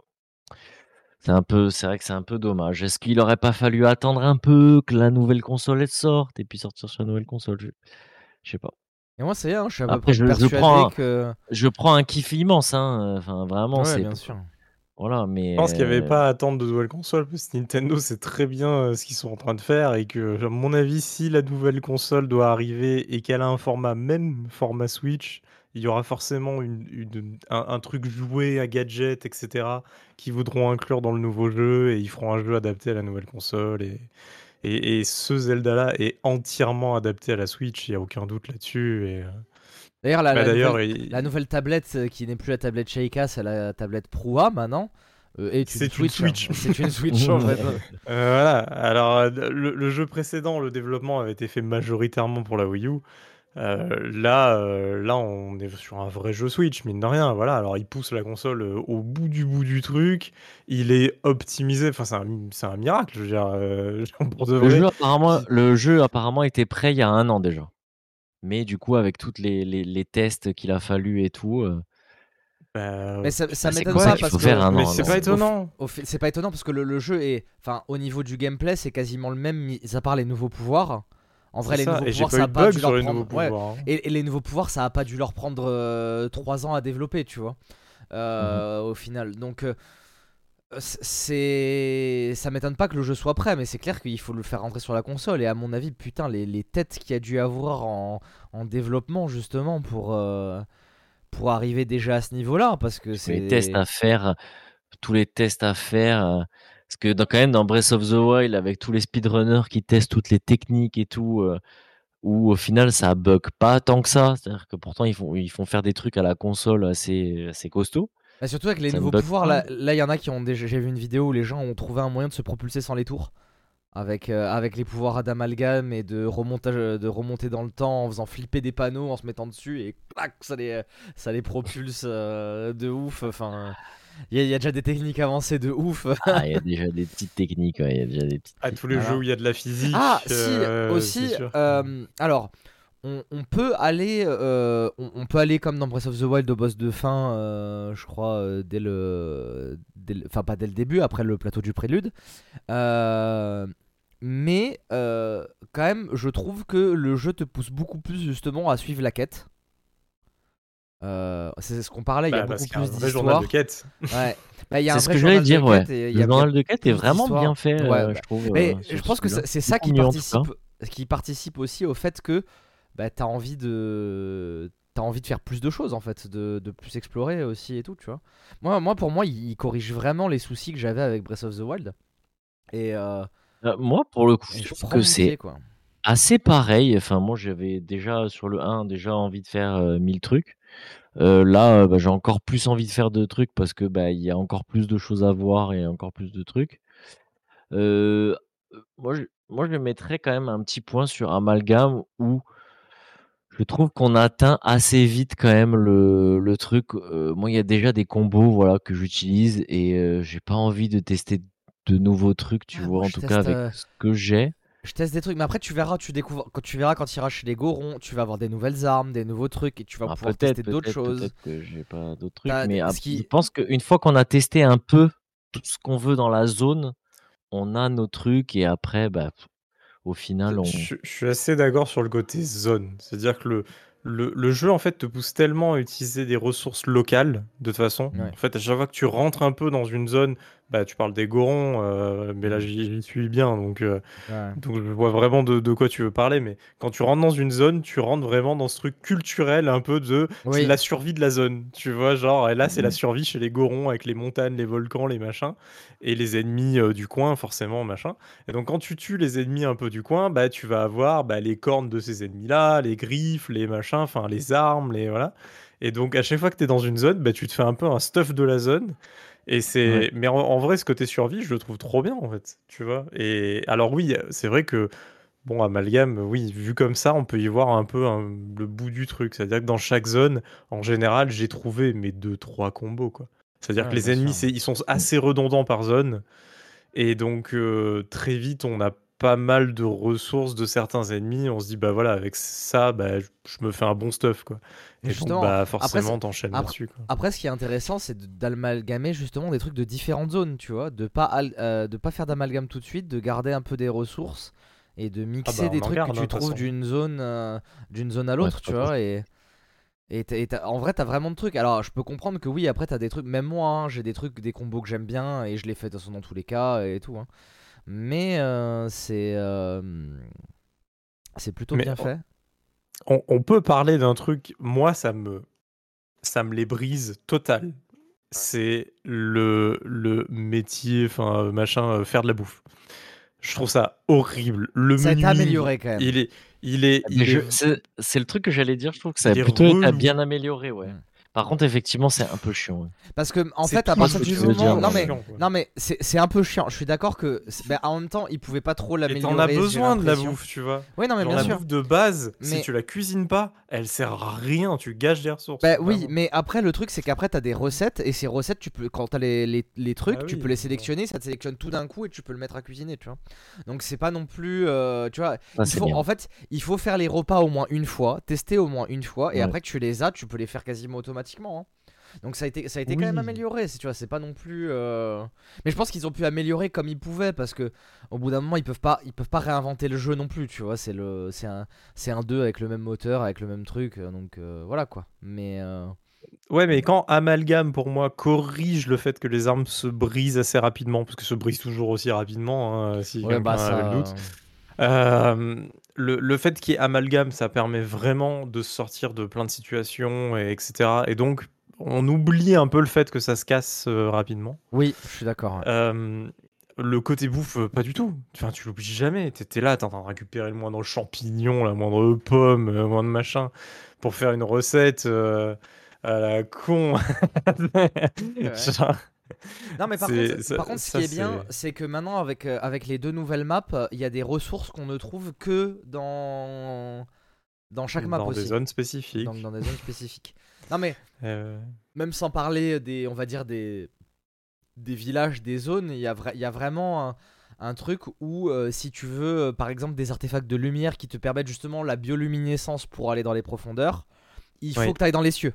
S3: C'est vrai que c'est un peu dommage. Est-ce qu'il aurait pas fallu attendre un peu que la nouvelle console elle sorte et puis sortir sur la nouvelle console? Je sais pas.
S2: Et moi, ça y est, hein, je suis à peu
S3: Après
S2: près persuadé que.
S3: je prends un kiff immense, hein, enfin vraiment
S2: Ouais,
S3: c'est
S2: bien
S3: p
S2: sûr.
S3: voilà,
S1: Je pense qu'il y avait pas à attendre de nouvelles consoles parce que Nintendo sait très bien, ce qu'ils sont en train de faire et que, à mon avis, si la nouvelle console doit arriver et qu'elle a un format, même format Switch, il y aura forcément un truc joué, un gadget et cetera, qu'ils voudront inclure dans le nouveau jeu et ils feront un jeu adapté à la nouvelle console et ce Zelda-là est entièrement adapté à la Switch, il y a aucun doute là-dessus et
S2: D'ailleurs, la,
S1: bah,
S2: la
S1: d'ailleurs,
S2: nouvelle, la nouvelle tablette qui n'est plus la tablette Sheikah, c'est la tablette Proa maintenant, est une
S1: c'est une
S2: Switch, hein.
S1: Switch.
S2: C'est une Switch en fait.
S1: Voilà, alors le jeu précédent, le développement avait été fait majoritairement pour la Wii U. Là, on est sur un vrai jeu Switch, mine de rien. Voilà, alors il pousse la console au bout du truc. Il est optimisé. Enfin, c'est un miracle, je veux dire, pour de vrai.
S3: le jeu apparemment était prêt il y a 1 an déjà. Mais du coup avec toutes les tests qu'il a fallu et tout,
S2: Mais ça
S3: c'est
S2: m'étonne
S3: comme ça
S2: pas
S3: qu'il
S2: parce
S3: faut faire
S2: que
S3: 1
S1: mais
S3: an,
S1: c'est
S3: non,
S1: pas étonnant.
S2: c'est pas étonnant parce que le jeu est, enfin, au niveau du gameplay, c'est quasiment le même, mis à part les nouveaux pouvoirs. En
S1: C'est
S2: vrai, les
S1: ça.
S2: nouveaux
S1: Et j'ai
S2: pouvoirs,
S1: pas
S2: ça
S1: eu
S2: a
S1: de
S2: pas
S1: bug
S2: dû
S1: sur
S2: leur
S1: les nouveaux
S2: prendre. Ouais,
S1: pouvoirs, hein.
S2: et les nouveaux pouvoirs, ça a pas dû leur prendre 3 ans à développer, tu vois.
S3: Mmh.
S2: Au final. Donc, ça m'étonne pas que le jeu soit prêt, mais c'est clair qu'il faut le faire rentrer sur la console. Et à mon avis, putain, les têtes qu'il y a dû avoir en développement, justement, pour arriver déjà à ce niveau-là, parce que
S3: Les tests
S2: c'est.
S3: à faire, tous les tests à faire, Parce que quand même, dans Breath of the Wild, avec tous les speedrunners qui testent toutes les techniques et tout, où au final, ça bug pas tant que ça. C'est-à-dire que pourtant, ils font faire des trucs à la console assez costauds.
S2: Bah, surtout avec les
S3: Ça ne
S2: nouveaux
S3: bug
S2: pouvoirs,
S3: pas.
S2: là il y en a qui ont déjà. J'ai vu une vidéo où les gens ont trouvé un moyen de se propulser sans les tours. Avec les pouvoirs d'amalgame et de remonter dans le temps en faisant flipper des panneaux, en se mettant dessus et clac, ça les propulse de ouf. Enfin, il y a déjà des techniques avancées de ouf.
S3: Ah, il y a déjà des petites techniques, ouais, il y a déjà des petites
S1: À tous les
S3: techniques.
S1: jeux
S2: Voilà.
S1: où il y a de la physique,
S2: Ah, si,
S1: c'est
S2: aussi,
S1: sûr.
S2: alors, on peut aller, on peut aller comme dans Breath of the Wild au boss de fin, je crois, enfin pas dès le début, après le plateau du prélude. Mais quand même, je trouve que le jeu te pousse beaucoup plus justement à suivre la quête. C'est ce qu'on parlait, il y a
S1: Bah, parce
S2: beaucoup
S1: qu'il y a un
S2: plus
S1: vrai journal de
S2: d'histoire.
S1: quête.
S2: Ouais, bah, il y a
S3: C'est
S2: un
S3: ce
S2: vrai
S3: que j'allais
S2: journal de
S3: dire, ouais.
S2: quête et
S3: Le
S2: il y a
S3: journal de quête est
S2: plus
S3: vraiment bien
S2: d'histoire.
S3: fait,
S2: Ouais,
S3: je trouve,
S2: mais je
S3: sur
S2: pense que
S3: celui-là.
S2: c'est ça
S3: Beaucoup mieux en tout cas.
S2: qui participe aussi au fait que bah, t'as envie de faire plus de choses en fait, de plus explorer aussi et tout, tu vois. Pour moi, il corrige vraiment les soucis que j'avais avec Breath of the Wild et,
S3: Moi, pour le coup, je
S2: je
S3: trouve
S2: prends
S3: que
S2: mon
S3: c'est
S2: pied quoi.
S3: assez pareil. Enfin, moi, j'avais déjà sur le 1 déjà envie de faire 1000 trucs. Là, bah, j'ai encore plus envie de faire de trucs parce que bah, il y a encore plus de choses à voir et encore plus de trucs. Heu, moi, je mettrais quand même un petit point sur Amalgam où je trouve qu'on atteint assez vite quand même le truc. Moi, il y a déjà des combos, voilà, que j'utilise et j'ai pas envie de tester de nouveaux trucs, tu
S2: Ah,
S3: vois?
S2: moi
S3: En tout cas avec ce que j'ai.
S2: je teste des trucs, mais après tu verras, tu verras quand tu iras chez les Gorons, tu vas avoir des nouvelles armes, des nouveaux trucs et tu vas
S3: Ah,
S2: pouvoir tester d'autres
S3: peut-être
S2: choses.
S3: que j'ai pas d'autres trucs,
S2: T'as
S3: mais
S2: ce
S3: je
S2: qui,
S3: pense qu'une fois qu'on a testé un peu tout ce qu'on veut dans la zone, on a nos trucs et après, bah, au final,
S1: Je suis assez d'accord sur le côté zone. C'est-à-dire que le jeu, en fait, te pousse tellement à utiliser des ressources locales, de toute façon.
S2: ouais.
S1: En fait, à chaque fois que tu rentres un peu dans une zone, bah, tu parles des Gorons, mais là,
S2: Mm.
S1: j'y suis bien,
S2: Ouais.
S1: donc je vois vraiment de quoi tu veux parler, mais quand tu rentres dans une zone, tu rentres vraiment dans ce truc culturel un peu de c'est
S2: Oui.
S1: la survie de la zone, tu vois, genre, et là c'est la
S3: mmh,
S1: survie chez les Gorons avec les montagnes, les volcans, les machins, et les ennemis du coin forcément, machin. Et donc quand tu tues les ennemis un peu du coin, bah tu vas avoir bah, les cornes de ces ennemis-là, les griffes, les machins, enfin les armes, les voilà. Et donc à chaque fois que tu es dans une zone, bah, tu te fais un peu un stuff de la zone. Et
S3: ouais.
S1: mais en vrai, ce côté survie, je le trouve trop bien en fait, tu vois. Et alors oui, c'est vrai que bon, Amalgame, oui, vu comme ça, on peut y voir un peu le bout du truc. C'est-à-dire que dans chaque zone, en général, j'ai trouvé mes deux, trois combos, quoi. C'est-à-dire que
S2: Ouais,
S1: les
S2: bien
S1: ennemis,
S2: sûr.
S1: ils sont assez redondants par zone. Et donc, très vite, on a pas mal de ressources de certains ennemis. On se dit, bah voilà, avec ça, bah, je me fais un bon stuff, quoi.
S2: Mais
S1: Et donc,
S2: justement,
S1: bah,
S2: après,
S1: forcément, t'enchaînes
S2: après,
S1: là-dessus, quoi.
S2: après, ce qui est intéressant, c'est d'amalgamer justement des trucs de différentes zones, tu vois, de pas faire d'amalgame tout de suite, de garder un peu des ressources et de
S1: Ah bah,
S2: mixer des
S1: on en
S2: trucs que
S1: garde, hein,
S2: tu
S1: de toute
S2: trouves
S1: façon.
S2: d'une zone à
S3: Ouais,
S2: l'autre,
S3: c'est
S2: tu
S3: pas faux.
S2: vois, en vrai, t'as vraiment de trucs. Alors, je peux comprendre que oui, après, t'as des trucs, même moi, hein, j'ai des trucs, des combos que j'aime bien et je les fais de toute façon dans tous les cas et tout, hein. Mais c'est plutôt
S1: Mais
S2: bien fait.
S1: on peut parler d'un truc, moi, ça me les brise total. C'est le métier, enfin, machin, faire de la bouffe. Je trouve ça horrible. Le
S2: Ça a été
S1: menuing,
S2: amélioré quand même.
S3: Mais c'est le truc que j'allais dire, je trouve que ça a
S1: il est
S3: plutôt été
S1: relou.
S3: bien amélioré, ouais.
S2: Mm.
S3: Par contre, effectivement, c'est un peu chiant, ouais.
S2: Parce que en
S1: C'est
S2: fait, à
S3: Je vois ce
S2: partir
S3: que
S1: tout
S2: du
S3: tu veux
S1: sauf
S3: dire,
S2: moment,
S1: chiant,
S3: mais
S1: chiant, quoi.
S2: non mais c'est un peu chiant. Je suis d'accord que, bah, en même temps, ils pouvaient pas trop
S1: Et t'en as
S2: l'améliorer, j'ai
S1: besoin de la
S2: l'impression.
S1: bouffe, tu vois.
S2: Oui, non mais
S1: Genre
S2: bien
S1: la
S2: sûr.
S1: bouffe de base, si
S2: Mais
S1: tu la cuisines pas, elle sert à rien, tu gâches des ressources,
S2: bah oui,
S1: vraiment.
S2: mais après le truc c'est qu'après t'as des recettes et ces recettes tu peux quand t'as les
S1: Ah
S2: trucs tu
S1: oui,
S2: peux les
S1: mais bon.
S2: sélectionner, ça te sélectionne tout d'un coup et tu peux le mettre à cuisiner, tu vois. Donc c'est pas non plus, tu vois,
S3: ça, c'est bien.
S2: en fait il faut faire les repas au moins une fois, tester au moins une fois et
S3: Ouais.
S2: après que tu les as, tu peux les faire quasiment automatiquement, hein. Donc ça a été quand même
S1: Oui.
S2: amélioré, tu vois, c'est pas non plus. Mais je pense qu'ils ont pu améliorer comme ils pouvaient parce que au bout d'un moment ils peuvent pas réinventer le jeu non plus, tu vois. C'est un 2 avec le même moteur, avec le même truc, donc voilà quoi. Mais
S1: Ouais, mais quand Amalgame, pour moi, corrige le fait que les armes se brisent assez rapidement, parce que se brisent toujours aussi rapidement, hein, si
S2: ouais bah
S1: quelqu'un avait le
S2: ça.
S1: doute. Le fait qu'il y ait Amalgame, ça permet vraiment de se sortir de plein de situations, et etc. Et donc, on oublie un peu le fait que ça se casse rapidement.
S2: Oui, je suis d'accord. Ouais.
S1: Euh, le côté bouffe, pas du tout. Enfin, tu l'oublies jamais. T'es là, t'es en train de récupérer le moindre champignon, la moindre pomme, le moindre machin, pour faire une recette à la con.
S2: Ouais.
S1: Genre,
S2: Non, mais par contre,
S1: ça,
S2: ce qui est bien,
S1: c'est
S2: c'est que maintenant, avec les 2 nouvelles maps, il y a des ressources qu'on ne trouve que dans chaque map
S1: dans des
S2: aussi.
S1: zones
S2: Donc,
S1: spécifiques.
S2: dans des zones spécifiques. Non, mais
S1: Euh,
S2: même sans parler on va dire des villages, des zones, il y a vraiment un truc où si tu veux, par exemple, des artefacts de lumière qui te permettent justement la bioluminescence pour aller dans les profondeurs, il faut
S1: Oui.
S2: que tu ailles dans les cieux.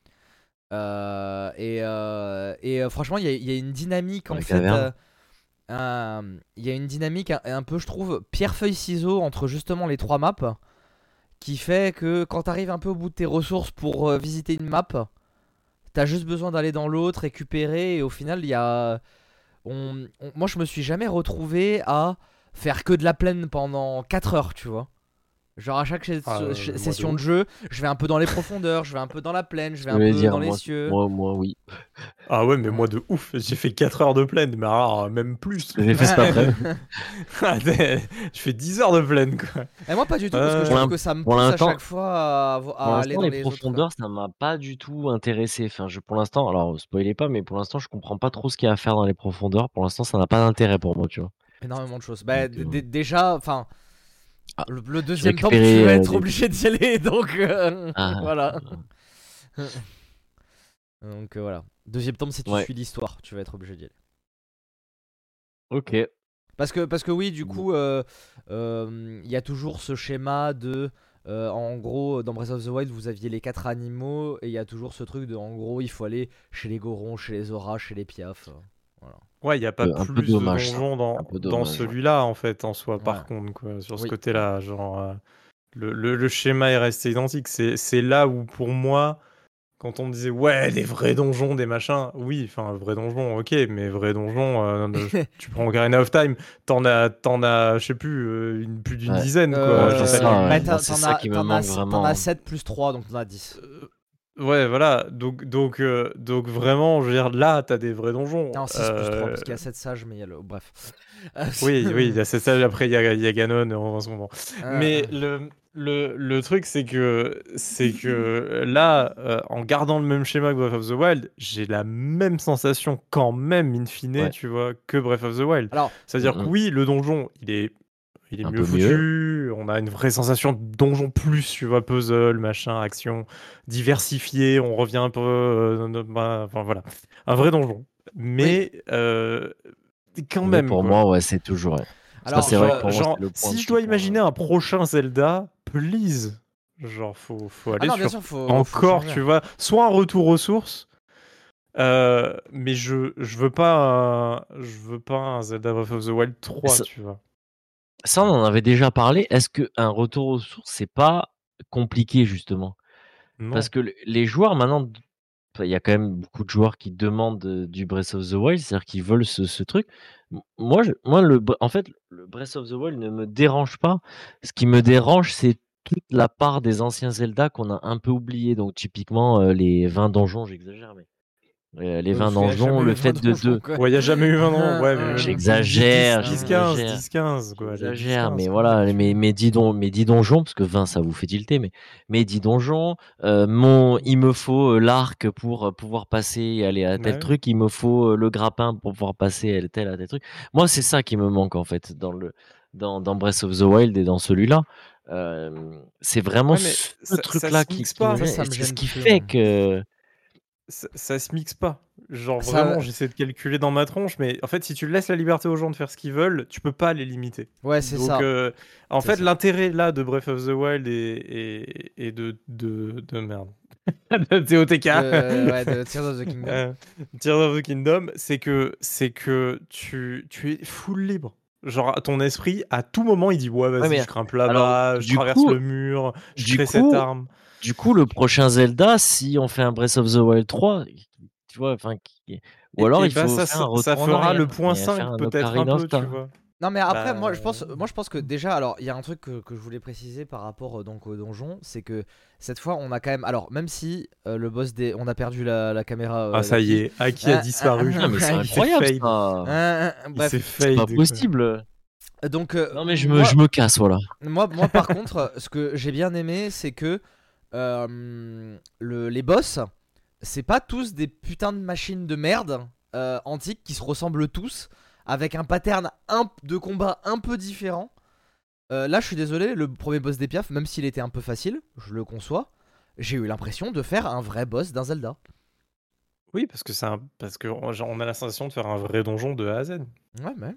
S2: Franchement, il y a une dynamique
S3: Dans
S2: en
S3: les
S2: fait.
S3: cavernes.
S2: Il y a une dynamique un peu, je trouve, pierre-feuille-ciseau entre justement les 3 maps, qui fait que quand t'arrives un peu au bout de tes ressources pour visiter une map, t'as juste besoin d'aller dans l'autre, récupérer, et au final, il y a. Moi, je me suis jamais retrouvé à faire que de la plaine pendant 4 heures, tu vois. Genre, à chaque
S1: moi de
S2: session de
S1: ouf.
S2: jeu, je vais un peu dans les profondeurs, je vais un peu dans la plaine, je
S3: Ce
S2: vais
S3: que
S2: un
S3: je voulais
S2: peu
S3: dire,
S2: dans les cieux.
S3: moi, oui.
S1: Ah ouais, mais
S2: Euh,
S1: moi de ouf. J'ai fait 4 heures de plaine, mais alors même plus.
S3: J'ai fait cet après.
S1: Je fais 10 heures de plaine, quoi.
S2: Et moi, pas du tout, parce que je
S3: Pour
S2: trouve
S1: Euh,
S3: l'in-
S2: que ça me
S3: pour
S2: pousse à
S3: l'instant,
S2: chaque fois
S3: pour
S2: à aller
S3: l'instant,
S2: dans
S3: les
S2: les autres, quoi.
S3: profondeurs, ça m'a pas du tout intéressé. Enfin, pour l'instant, alors spoilez pas, mais pour l'instant, je comprends pas trop ce qu'il y a à faire dans les profondeurs. Pour l'instant, ça n'a pas d'intérêt pour moi, tu vois.
S2: Énormément de choses. Bah,
S3: Donc,
S2: déjà, enfin,
S3: ah,
S2: le
S3: je vais
S2: deuxième temple, tu
S3: récupérer
S2: vas être
S3: des.
S2: obligé d'y aller, donc
S3: Ah,
S2: voilà. Donc voilà. Deuxième temple, si tu
S3: ouais,
S2: suis l'histoire, tu vas être obligé d'y aller.
S3: ok.
S2: Parce que oui, du
S3: Bon.
S2: coup, il y a toujours ce schéma de. En gros, dans Breath of the Wild, vous aviez les 4 animaux, et il y a toujours ce truc de, en gros, il faut aller chez les Gorons, chez les Auras, chez les Piaf. Voilà.
S1: Ouais, il n'y a pas
S3: Un peu
S1: plus de
S3: dommage, ça.
S1: donjons
S3: Un peu
S1: dans
S3: dommage.
S1: celui-là, en fait, en soi,
S2: Ouais.
S1: par contre, quoi, sur ce
S2: Oui.
S1: côté-là. Genre, le schéma est resté identique. C'est là où, pour moi, quand on me disait, ouais, des vrais donjons, des machins, oui, enfin, vrai donjon, ok, mais vrai donjon, tu prends Ocarina of Time, t'en as, je sais plus, plus d'une
S3: Ouais.
S1: dizaine, quoi.
S3: C'est
S1: Genre,
S3: ça, ouais.
S2: Bah,
S3: Moi, c'est ça qui me manque
S2: t'en as
S3: vraiment.
S2: 7 plus 3, donc t'en as 10.
S1: Ouais, voilà. Donc vraiment, je veux dire, là, t'as des vrais donjons.
S2: Non, 6 plus 3, parce qu'il y a 7 sages, mais il y a le. Bref.
S1: Oui, il y a cette salle, après il y a Ganon en ce moment.
S2: Euh,
S1: Mais le truc, c'est que là, en gardant le même schéma que Breath of the Wild, j'ai la même sensation quand même, in fine,
S3: Ouais.
S1: tu vois, que Breath of the Wild.
S2: Alors,
S1: C'est-à-dire que oui, le donjon, il est
S3: Un
S1: mieux
S3: peu mieux.
S1: foutu, on a une vraie sensation de donjon plus, tu vois, puzzle, machin, action, diversifié, on revient un peu, enfin voilà, un vrai donjon.
S2: oui.
S1: Mais quand
S3: Mais
S1: même,
S3: pour
S1: quoi.
S3: moi, ouais, c'est toujours. Ouais. Ça,
S2: Alors,
S3: c'est vrai que pour moi,
S1: Genre,
S3: c'est le point
S1: si
S3: de
S1: je dois
S3: support.
S1: imaginer un prochain Zelda, please, genre, faut
S2: ah
S1: aller
S2: non, bien
S1: sur
S2: sûr, faut
S1: encore,
S2: changer.
S1: tu vois, soit un retour aux sources, mais je veux pas un Zelda Breath of the Wild 3,
S3: Ça,
S1: tu vois.
S3: ça, on en avait déjà parlé. Est-ce qu'un retour aux sources, c'est pas compliqué, justement? Parce
S1: Non.
S3: que les joueurs, maintenant, enfin, il y a quand même beaucoup de joueurs qui demandent du Breath of the Wild, c'est-à-dire qu'ils veulent ce truc. Moi, en fait, le Breath of the Wild ne me dérange pas. Ce qui me dérange, c'est toute la part des anciens Zelda qu'on a un peu oublié. Donc, typiquement, les 20 donjons, j'exagère, mais les 20
S2: Parce qu'il y a
S3: donjons,
S2: jamais eu
S3: le
S2: 20
S3: fait de
S2: donjons,
S3: deux.
S2: quoi.
S1: Ouais, il n'y a jamais eu un nom, ouais, mais même 10, 10,
S3: J'exagère,
S1: 10, 15,
S3: j'exagère.
S1: 10, 15, quoi, les 10,
S3: J'exagère,
S1: 15,
S3: mais
S1: comme
S3: voilà,
S1: d'habitude.
S3: mes 10 donjons, parce que 20 ça vous fait tilter, mais mes 10 donjons, il me faut l'arc pour pouvoir passer et aller à tel
S1: Ouais.
S3: truc, il me faut le grappin pour pouvoir passer à tel truc. Moi, c'est ça qui me manque en fait dans Breath of the Wild et dans celui-là. C'est vraiment
S1: Ouais, mais
S3: ce
S1: ça
S3: truc-là
S1: se mixe
S3: qui me
S1: pas.
S2: Ça,
S3: gêne
S2: ça
S3: et
S2: me
S3: c'est ce
S2: gêne
S3: qui
S2: plus,
S3: fait
S2: moi.
S3: que.
S1: Ça se mixe pas. Genre vraiment,
S2: Ça...
S1: j'essaie de calculer dans ma tronche, mais en fait, si tu laisses la liberté aux gens de faire ce qu'ils veulent, tu peux pas les limiter.
S2: Ouais, c'est
S1: Donc,
S2: ça.
S1: en
S2: C'est
S1: fait,
S2: ça.
S1: l'intérêt là de Breath of the Wild et de merde, de TOTK,
S2: Ouais, de Tears of the Kingdom.
S1: euh, Tears of the Kingdom, c'est que tu es full libre. Genre, ton esprit, à tout moment, il dit ouais,
S3: Ouais,
S1: vas-y,
S3: mais
S1: je grimpe
S3: alors,
S1: là-bas, je traverse le mur, je
S3: du
S1: crée cette
S3: coup,
S1: arme.
S3: Du coup, le prochain Zelda, si on fait un Breath of the Wild 3, tu vois, enfin, ou alors
S1: Et
S3: il
S1: bah
S3: faut
S1: ça,
S3: faire un
S1: ça
S3: retour en
S1: fera le
S3: arrière
S1: point
S3: et faire
S1: 5
S3: un
S1: peut-être un
S3: Ocarina of
S1: peu, tu
S3: Time.
S1: vois.
S2: Non mais après
S1: Bah,
S2: moi je pense que déjà alors il y a un truc que je voulais préciser par rapport donc au donjon, c'est que cette fois on a quand même alors même si le boss des on a perdu la caméra
S1: ah ça y
S2: d'Aki.
S1: est, Aki a disparu.
S3: Ah, mais c'est
S1: Il s'est
S3: incroyable
S1: fade.
S3: ça.
S1: Il s'est
S2: Bref,
S3: C'est pas
S1: fade quoi.
S3: possible.
S2: donc
S3: Non, mais je me casse, voilà.
S2: moi par contre ce que j'ai bien aimé c'est que les boss c'est pas tous des putains de machines de merde antiques qui se ressemblent tous avec un pattern de combat un peu différent. Là, je suis désolé, le premier boss des Piaf, même s'il était un peu facile, je le conçois, j'ai eu l'impression de faire un vrai boss d'un Zelda.
S1: Oui, parce que genre, on a la sensation de faire un vrai donjon de A à Z.
S2: Ouais, mais.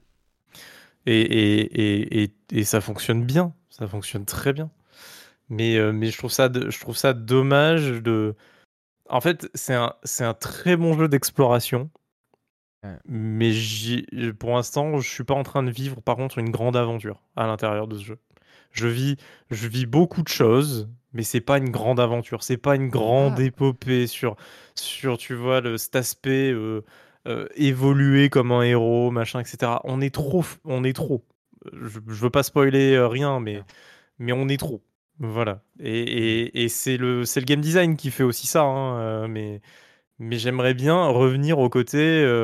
S1: Et ça fonctionne bien, ça fonctionne très bien. Mais je trouve ça dommage de. En fait, c'est un très bon jeu d'exploration.
S2: Ouais.
S1: Mais pour l'instant, je suis pas en train de vivre, par contre, une grande aventure à l'intérieur de ce jeu. Je vis, je vis beaucoup de choses, mais c'est pas une grande aventure. C'est pas une grande
S2: Ah,
S1: épopée tu vois, cet aspect évoluer comme un héros, machin, etc. On est trop. Je veux pas spoiler rien, mais on est trop. Voilà. Et c'est le game design qui fait aussi ça, hein, mais j'aimerais bien revenir au côté.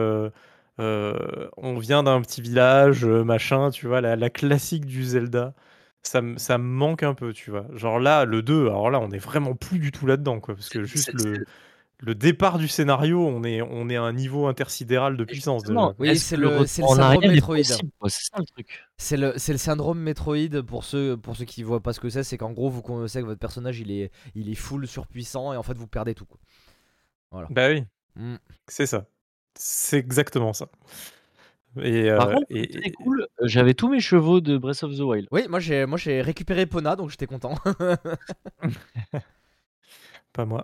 S1: On vient d'un petit village, machin, tu vois, la classique du Zelda. Ça me manque un peu, tu vois. Genre là, le 2 alors là, on est vraiment plus du tout là-dedans, quoi. Parce que juste le départ du scénario, on est à un niveau intersidéral de
S3: Et
S1: puissance
S3: justement,
S1: déjà, quoi.
S2: oui,
S3: est-ce
S2: c'est
S3: que le
S2: le
S3: retour en
S2: syndrome
S3: arrière est
S2: Metroid.
S3: possible, quoi? C'est ça le truc.
S2: C'est le syndrome Metroid pour ceux qui voient pas ce que c'est qu'en gros vous connaissez que votre personnage il est full surpuissant et en fait vous perdez tout quoi. Voilà.
S1: Bah oui,
S2: Mm.
S1: c'est ça. C'est exactement ça.
S3: Par contre, truc très cool, j'avais tous mes chevaux de Breath of the Wild.
S2: Oui, moi j'ai récupéré Epona donc j'étais content.
S1: Pas moi.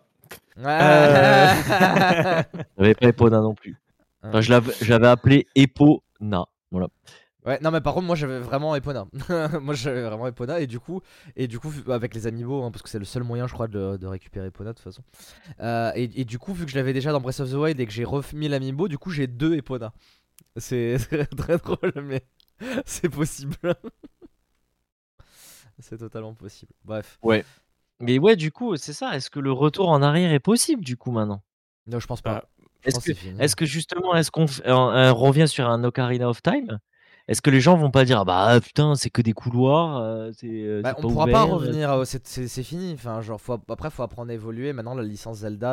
S3: J'avais pas Epona non plus. Enfin, je l'avais appelé Epona. Voilà.
S2: Ouais, non mais par contre moi j'avais vraiment Epona. Moi j'avais vraiment Epona et du coup avec les amiibo parce que c'est le seul moyen je crois de récupérer Epona de toute façon. Et du coup vu que je l'avais déjà dans Breath of the Wild et que j'ai remis l'amiibo, du coup j'ai 2 Epona. C'est très drôle mais c'est possible. C'est totalement possible. Bref.
S3: Ouais. Mais ouais, du coup, c'est ça. Est-ce que le retour en arrière est possible du coup maintenant?
S2: Non, je pense pas.
S1: Ah,
S2: Je pense que c'est fini.
S3: Est-ce que justement, est-ce qu'on revient sur un Ocarina of Time? Est-ce que les gens vont pas dire ah bah putain c'est que des couloirs,
S2: Bah,
S3: c'est
S2: on
S3: pas
S2: pourra pas
S3: ouvert,
S2: revenir, c'est fini. Enfin, genre, après, faut apprendre à évoluer. Maintenant, la licence Zelda,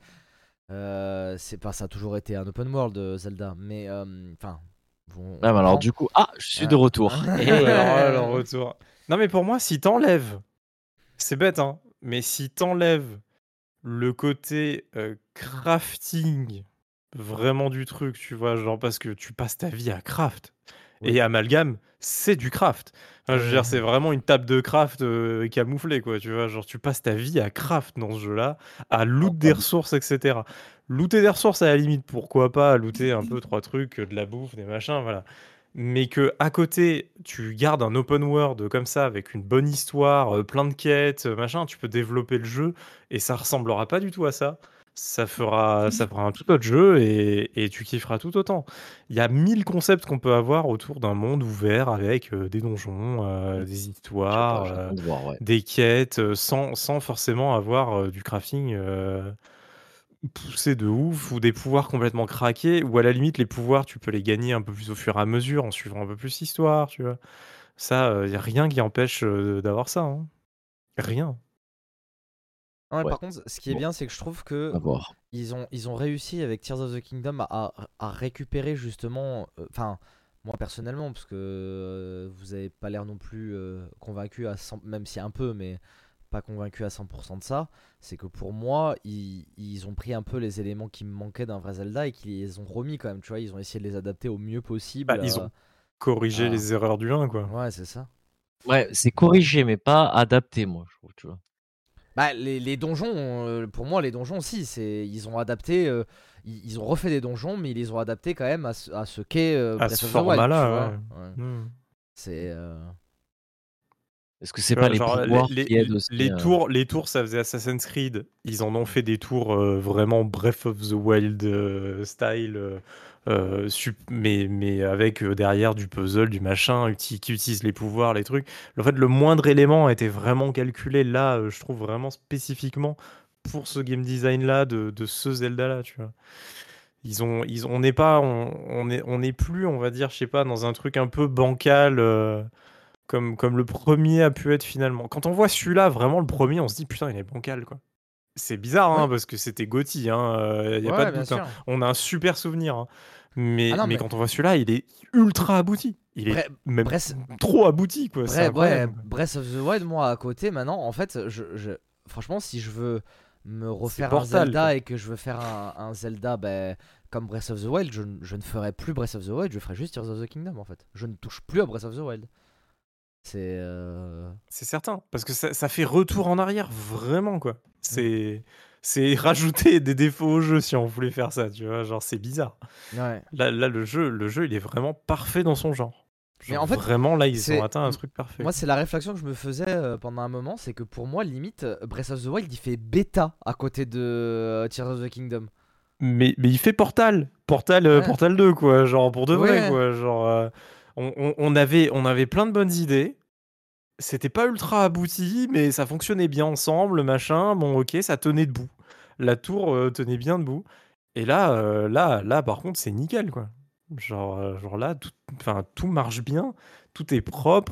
S2: c'est pas, ça a toujours été un open world Zelda, mais enfin, on
S3: Ah bah alors
S2: comprend.
S3: du coup, je suis de
S2: Hein.
S3: retour.
S1: le retour. Non, mais pour moi, si t'enlèves, c'est bête, hein, mais si t'enlèves le côté crafting vraiment du truc, tu vois, genre parce que tu passes ta vie à craft.
S2: Oui.
S1: Et Amalgame, c'est du craft. Enfin, je veux dire, c'est vraiment une table de craft camouflée, quoi, tu vois. Genre, tu passes ta vie à craft dans ce jeu-là, à loot des ressources, etc. Looter des ressources, à la limite, pourquoi pas, looter un peu trois trucs, de la bouffe, des machins, voilà. Mais que à côté, tu gardes un open world comme ça, avec une bonne histoire, plein de quêtes, machin, tu peux développer le jeu, et ça ressemblera pas du tout à ça. Ça fera un tout autre jeu et tu kifferas tout autant. Il y a 1000 concepts qu'on peut avoir autour d'un monde ouvert avec des donjons, des
S3: Je sais pas,
S1: histoires,
S3: j'attends de voir, ouais.
S1: des quêtes, sans forcément avoir du crafting poussé de ouf ou des pouvoirs complètement craqués. Ou à la limite, les pouvoirs, tu peux les gagner un peu plus au fur et à mesure en suivant un peu plus l'histoire, tu vois. Ça, il n'y a rien qui empêche d'avoir ça, hein. Rien.
S2: Ouais,
S3: Ouais.
S2: par contre, ce qui est
S3: Bon,
S2: bien, c'est que je trouve que
S3: à voir.
S2: ils ont réussi avec Tears of the Kingdom à récupérer justement. Enfin, moi personnellement, parce que vous avez pas l'air non plus convaincu à 100, même si un peu, mais pas convaincu à 100% de ça. C'est que pour moi, ils ont pris un peu les éléments qui me manquaient d'un vrai Zelda et qu'ils les ont remis quand même. Tu vois, ils ont essayé de les adapter au mieux
S1: Bah,
S2: possible.
S1: ils ont corrigé les erreurs du 1, quoi.
S2: Ouais, c'est ça.
S3: Ouais, c'est corrigé, mais pas adapté, moi, je trouve, tu vois.
S2: Bah, les donjons, pour moi, les donjons aussi, ils ont adapté, ils ont refait des donjons, mais ils les ont adaptés quand même à ce qu'est
S1: À
S2: Breath
S1: ce
S2: of the Wild, tu
S1: format-là,
S2: vois.
S1: ouais.
S2: Ouais.
S1: Hmm.
S2: C'est.
S3: Est-ce que
S1: Tu
S3: c'est pas
S1: vois,
S3: les
S1: genre,
S3: pouvoirs qui aident aussi?
S1: les tours, ça faisait Assassin's Creed. Ils en ont fait des tours vraiment Breath of the Wild style, mais avec derrière du puzzle, du machin, qui utilise les pouvoirs, les trucs. En fait, le moindre élément a été vraiment calculé là, je trouve vraiment spécifiquement pour ce game design là de ce Zelda là, tu vois. On n'est pas, on n'est plus, on va dire, je sais pas, dans un truc un peu bancal. Comme le premier a pu être finalement. Quand on voit celui-là, vraiment le premier, on se dit putain, il est bancal quoi. C'est bizarre
S2: Ouais.
S1: hein, parce que c'était GOTY, y a pas
S2: Ouais,
S1: de
S2: bien
S1: doute. Hein.
S2: sûr.
S1: On a un super souvenir. Hein.
S2: Ah non,
S1: Mais
S2: mais
S1: quand on voit celui-là, il est ultra abouti. Il est même
S2: Breath,
S1: trop abouti quoi. C'est
S2: ouais,
S1: incroyable.
S2: Breath of the Wild, moi à côté, maintenant, en fait, franchement, si je veux me
S1: C'est
S2: refaire un
S1: Portal.
S2: Zelda
S1: Quoi.
S2: et que je veux faire un Zelda comme Breath of the Wild, je ne ferai plus Breath of the Wild, je ferai juste Tears of the Kingdom en fait. Je ne touche plus à Breath of the Wild. C'est.
S1: C'est certain parce que ça fait retour en arrière vraiment quoi. C'est rajouter des défauts au jeu si on voulait faire ça, tu vois, genre c'est bizarre.
S2: Ouais.
S1: Là le jeu, il est vraiment parfait dans son genre.
S2: Mais
S1: Genre
S2: en fait,
S1: vraiment là, ils ont
S2: c'est.
S1: atteint un truc parfait.
S2: Moi, c'est la réflexion que je me faisais pendant un moment, c'est que pour moi, limite, Breath of the Wild, il fait bêta à côté de Tears of the Kingdom.
S1: Mais il fait Portal,
S2: Ouais.
S1: Portal 2 quoi, genre pour de vrai
S2: Ouais.
S1: quoi, genre on avait plein de bonnes idées. C'était pas ultra abouti, mais ça fonctionnait bien ensemble, machin. Bon, ok, ça tenait debout. La tour tenait bien debout. Et là, par contre, c'est nickel, quoi. Genre là, tout marche bien, tout est propre.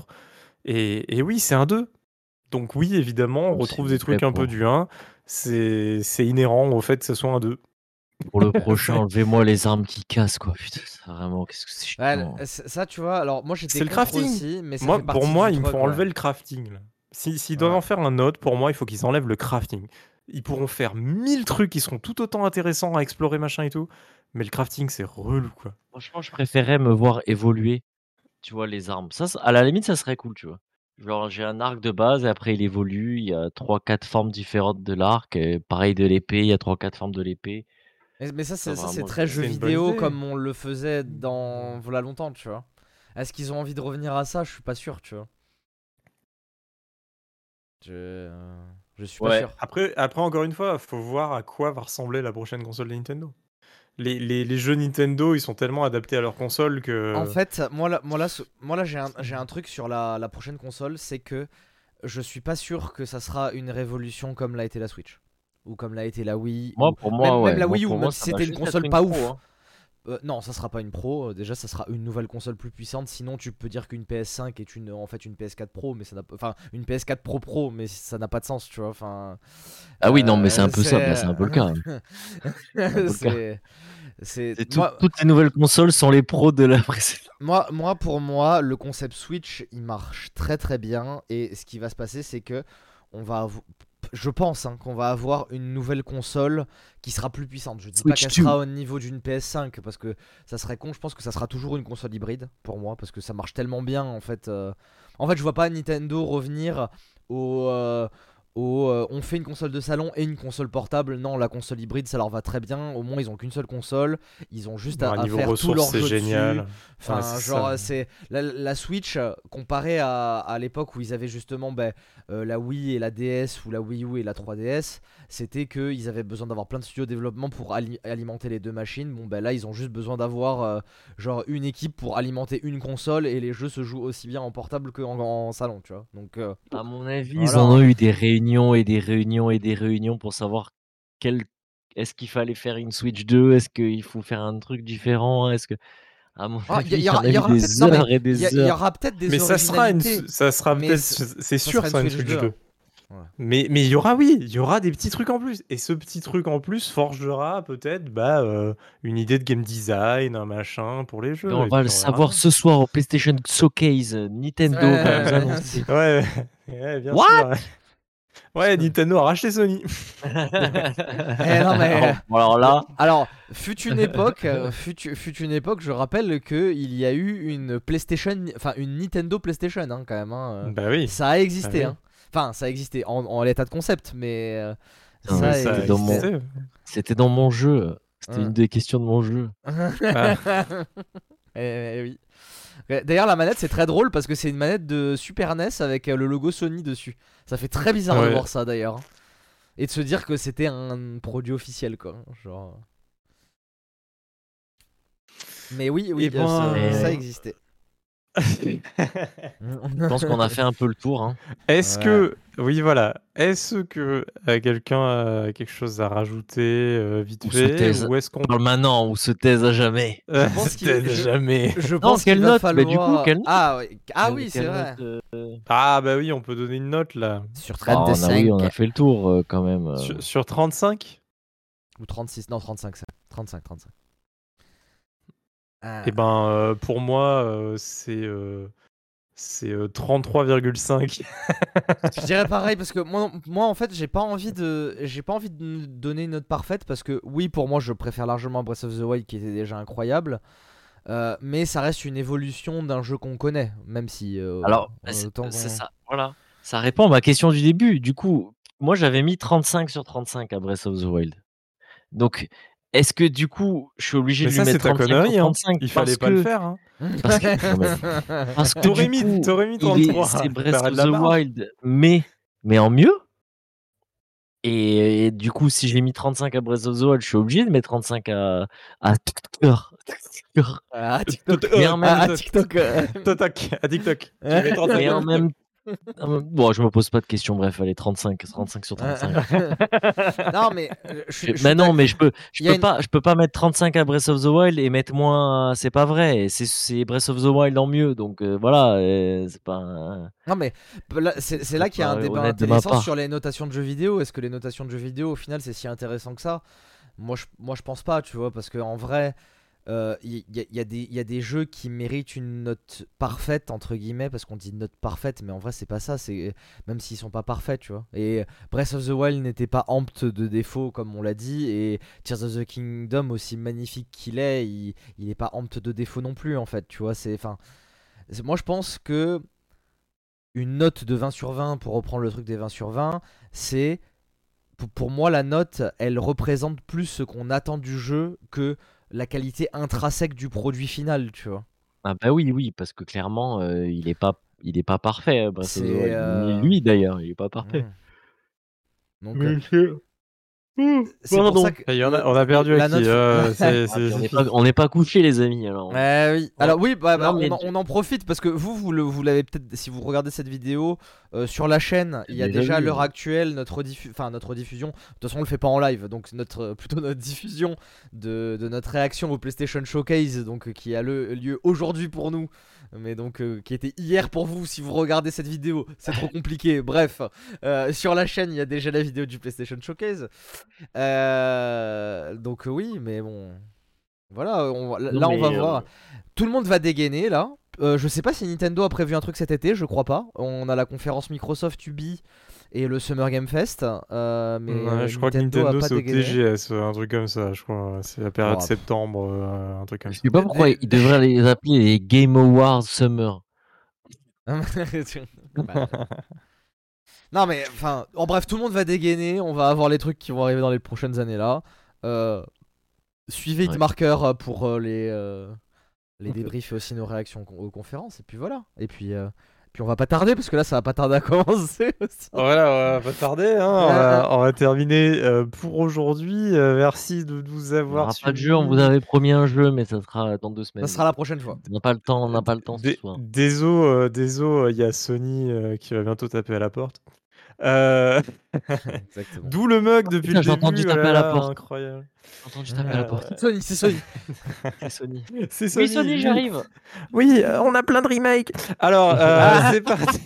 S1: Et oui, c'est un 2. Donc oui, évidemment, on
S3: Bon, s'il
S1: retrouve des
S3: vous plaît,
S1: trucs un peu du 1. C'est inhérent au fait que ce soit un 2.
S3: pour le prochain, enlevez-moi les armes qui cassent, quoi. Putain, ça, vraiment, qu'est-ce que c'est chiant.
S2: Ouais, ça, tu vois, alors moi j'étais
S1: C'est le
S2: contre
S1: crafting.
S2: aussi, mais ça fait
S1: Pour
S2: partie
S1: moi,
S2: du
S1: il me faut
S2: truc, ouais.
S1: enlever le crafting. Là. S'ils doivent
S2: Ouais.
S1: en faire un autre, pour moi, il faut qu'ils enlèvent le crafting. Ils pourront faire 1000 trucs qui seront tout autant intéressants à explorer, machin et tout. Mais le crafting, c'est relou, quoi.
S3: Franchement, je préférais me voir évoluer, tu vois, les armes. Ça, à la limite, ça serait cool, tu vois. Genre, j'ai un arc de base et après, il évolue. Il y a 3-4 formes différentes de l'arc. Et pareil de l'épée, il y a 3-4 formes de l'épée.
S2: Mais ça,
S3: Ça,
S2: c'est
S3: vraiment,
S2: très jeu
S1: C'est une bonne
S2: vidéo
S1: idée.
S2: comme on le faisait dans voilà longtemps, tu vois. Est-ce qu'ils ont envie de revenir à ça? Je suis pas sûr, tu vois. Je suis pas
S3: Ouais.
S2: sûr.
S1: Après, encore une fois, faut voir à quoi va ressembler la prochaine console de Nintendo. Les jeux Nintendo, ils sont tellement adaptés à leur console
S2: En
S1: que.
S2: fait, moi là j'ai un truc sur la prochaine console, c'est que je suis pas sûr que ça sera une révolution comme l'a été la Switch. Ou comme l'a été la Wii.
S3: Moi,
S2: Ou
S3: pour moi,
S2: même
S3: ouais.
S2: la
S3: Moi,
S2: Wii U,
S3: pour
S2: même
S3: moi,
S2: si
S3: ça va
S2: c'était une
S3: juste être
S2: console
S3: une
S2: pas
S3: pro,
S2: ouf.
S3: hein.
S2: Non, ça sera pas une Pro. Déjà, ça sera une nouvelle console plus puissante. Sinon, tu peux dire qu'une PS5 est en fait une PS4 Pro, mais ça n'a enfin une PS4 Pro, mais ça n'a pas de sens, tu vois. Enfin,
S3: Ah oui, non, mais c'est un peu ça. Bah,
S2: c'est
S3: c'est un peu le cas. Hein. C'est un peu le cas.
S2: c'est
S3: C'est
S2: moi
S3: toutes les nouvelles consoles sont les pros de la précédente.
S2: pour moi, le concept Switch, il marche très très bien. Et ce qui va se passer, c'est que on va je pense qu'on va avoir une nouvelle console qui sera plus puissante. Je dis pas
S3: Switch
S2: qu'elle
S3: 2.
S2: sera au niveau d'une PS5 parce que ça serait con. Je pense que ça sera toujours une console hybride pour moi parce que ça marche tellement bien en fait. En fait, je vois pas Nintendo revenir on fait une console de salon et une console portable. Non, la console hybride ça leur va très bien. Au moins, ils ont qu'une seule console. Ils ont juste à
S1: Niveau
S2: faire tous
S1: ressources,
S2: leurs
S1: c'est
S2: jeux dessus.
S1: génial.
S2: Enfin,
S1: Ouais, c'est
S2: genre,
S1: ça.
S2: c'est la Switch comparée à l'époque où ils avaient justement la Wii et la DS ou la Wii U et la 3DS, c'était qu'ils avaient besoin d'avoir plein de studios de développement pour alimenter les deux machines. Bon, là, ils ont juste besoin d'avoir genre une équipe pour alimenter une console et les jeux se jouent aussi bien en portable qu'en salon, tu vois. Donc,
S3: À mon avis, ils
S2: voilà.
S3: en
S2: Hein.
S3: ont eu des réunions et des réunions et des réunions pour savoir quel est-ce qu'il fallait faire une Switch 2? Est-ce qu'il faut faire un truc différent? Est-ce que à mon
S2: Ah,
S3: avis, il y en a
S2: il y
S3: eu
S2: aura peut-être
S3: des
S2: non mais
S3: heures et des
S2: il y
S3: heures.
S2: aura peut-être des
S1: Mais
S2: originalités,
S1: ça sera
S2: mais
S1: peut-être, c'est
S2: ça
S1: sûr
S2: sera
S1: que
S2: une
S1: ça sera une
S2: Switch
S1: Switch
S2: 2.
S1: 2.
S2: Ouais.
S1: Mais il y aura, oui, il y aura des petits trucs en plus. Et ce petit truc en plus forgera peut-être une idée de game design, un machin pour les
S3: Mais
S1: jeux.
S3: on
S1: Et
S3: va le
S1: puis on verra
S3: savoir
S1: bien.
S3: ce soir au PlayStation Showcase. Nintendo va nous annoncer.
S1: Ouais, ouais, bien
S3: What?
S1: sûr. Ouais, Nintendo a racheté Sony.
S2: Non mais
S3: Bon, alors là,
S2: alors fut une époque, fut une époque, je rappelle que il y a eu une PlayStation, enfin une Nintendo PlayStation quand même.
S1: Bah oui.
S2: Ça a existé.
S1: Ah oui.
S2: Enfin, ça a existé en l'état de concept, mais
S3: non,
S2: ça
S3: mais
S2: a
S1: Ça a
S2: existé.
S1: existé.
S3: c'était dans mon jeu. C'était
S2: Hein.
S3: une des questions de mon jeu.
S1: Ah.
S2: Oui. D'ailleurs, la manette c'est très drôle parce que c'est une manette de Super NES avec le logo Sony dessus. Ça fait très bizarre de
S1: Ouais.
S2: voir ça d'ailleurs. Et de se dire que c'était un produit officiel quoi. Genre. Mais oui,
S1: Eh ben,
S2: ça existait.
S3: Je pense qu'on a fait un peu le tour. Hein.
S1: Est-ce que, oui, voilà, est-ce que quelqu'un a quelque chose à rajouter vite
S3: Ou se
S1: fait,
S3: taise.
S1: ou est-ce qu'on
S3: Parle maintenant ou se taise à jamais.
S2: Je pense
S1: se
S2: qu'il-
S1: taise
S2: je-
S1: jamais.
S2: Je
S3: Non,
S2: pense
S3: quelle
S2: qu'il va
S3: note
S2: falloir.
S3: Bah, du coup, quelle note
S2: Ah oui, c'est
S3: Quelle
S2: vrai.
S3: note,
S1: Ah bah oui, on peut donner une note là.
S2: Sur
S3: Ah,
S2: 35
S3: on a fait le tour quand même.
S1: Sur 35.
S2: ou 36, non 35 ça. 35.
S1: Eh ben, pour moi, c'est 33,5.
S2: Je dirais pareil parce que moi en fait j'ai pas envie de nous donner une note parfaite parce que oui pour moi je préfère largement Breath of the Wild qui était déjà incroyable, mais ça reste une évolution d'un jeu qu'on connaît même si
S3: Alors, c'est ça. Voilà. Ça répond à ma question du début. Du coup, moi j'avais mis 35 sur 35 à Breath of the Wild. Donc, est-ce que du coup, je suis obligé
S1: Mais
S3: de
S1: ça,
S3: lui mettre
S1: c'est ta
S3: 35
S1: connerie,
S3: sur
S1: hein.
S3: 35
S1: Il fallait pas le faire, hein.
S3: Parce que
S1: T'aurais
S3: du
S1: mis,
S3: coup,
S1: t'aurais mis 33.
S3: c'est Breath
S1: T'aurais
S3: of
S1: de la
S3: the
S1: marge.
S3: Wild, mais en mieux. Et du coup, si j'ai mis 35 à Breath of the Wild, je suis obligé de mettre 35 à TikTok.
S2: à TikTok.
S3: Mais en même
S2: À TikTok.
S1: Totoc, à TikTok. Tu mets 35.
S3: Et en même bon, je me pose pas de questions, bref, allez, 35 sur 35.
S2: Non mais
S3: non, mais je
S2: Il y a
S3: peux pas mettre 35 à Breath of the Wild et mettre moins, c'est pas vrai. C'est Breath of the Wild en mieux, donc voilà, c'est pas.
S2: Non mais c'est là qu'il y a un débat
S3: honnête de ma
S2: intéressant
S3: part.
S2: sur les notations de jeux vidéo. Est-ce que les notations de jeux vidéo au final c'est si intéressant que ça? Moi je pense pas, tu vois, parce qu'en vrai il y a des jeux qui méritent une note parfaite entre guillemets parce qu'on dit note parfaite mais en vrai c'est pas ça, c'est même s'ils sont pas parfaits, tu vois. Et Breath of the Wild n'était pas empte de défauts comme on l'a dit, et Tears of the Kingdom aussi magnifique qu'il est, il est pas empte de défauts non plus en fait, tu vois. Moi je pense que une note de 20 sur 20, pour reprendre le truc des 20 sur 20, c'est pour moi la note elle représente plus ce qu'on attend du jeu que la qualité intrinsèque du produit final, tu vois.
S3: Ah bah oui, parce que clairement, il est pas parfait, Breath of the
S2: C'est,
S3: Wild. Ni lui d'ailleurs, il est pas parfait.
S2: Donc c'est pour
S3: Pardon.
S2: ça que
S1: On a perdu
S2: la
S1: à qui
S2: note
S3: On n'est pas couché, les amis. Alors.
S2: oui. Alors oui,
S3: Non, mais
S2: on en profite parce que vous l'avez peut-être, si vous regardez cette vidéo sur la chaîne, il y a déjà à l'heure actuelle notre diffusion. De toute façon, on le fait pas en live, donc plutôt notre diffusion de notre réaction au PlayStation Showcase, donc qui a lieu aujourd'hui pour nous, mais donc qui était hier pour vous si vous regardez cette vidéo. C'est trop compliqué. Bref, sur la chaîne, il y a déjà la vidéo du PlayStation Showcase. Donc oui, mais bon. Voilà, on va voir. Tout le monde va dégainer là. Je sais pas si Nintendo a prévu un truc cet été, je crois pas. On a la conférence Microsoft Ubi et le Summer Game Fest. Mais
S1: je crois que
S2: Nintendo
S1: Nintendo
S2: a pas
S1: c'est au
S2: dégainé.
S1: TGS, un truc comme ça, je crois. C'est la période
S2: Bon,
S1: septembre, un truc comme
S3: Je
S1: ça.
S3: sais pas pourquoi ils devraient les appeler les Game Awards Summer.
S2: Non mais enfin, en bref, tout le monde va dégainer. On va avoir les trucs qui vont arriver dans les prochaines années là. Suivez Hitmarker pour les débriefs et aussi nos réactions aux conférences. Et puis voilà. Et puis on va pas tarder parce que là ça va pas tarder à commencer aussi.
S1: Voilà, on va pas tarder, hein. On va terminer pour aujourd'hui. Merci de nous
S3: On
S1: avoir
S3: n'aura pas de
S1: suivis.
S3: jeu, on vous avait promis un jeu, mais ça sera dans 2 semaines.
S2: Ça sera la prochaine fois.
S3: On n'a pas le temps ce soir.
S1: Désolé, il y a Sony qui va bientôt taper à la porte.
S2: Exactement.
S1: D'où le mug depuis
S3: Putain,
S1: le
S3: j'ai
S1: début.
S3: entendu taper à la porte.
S1: Incroyable.
S3: J'ai entendu taper à la porte.
S2: C'est Sony.
S3: C'est Sony.
S1: C'est Sony.
S3: Oui, Sony, j'arrive.
S1: Oui, on a plein de remakes. Alors, c'est parti.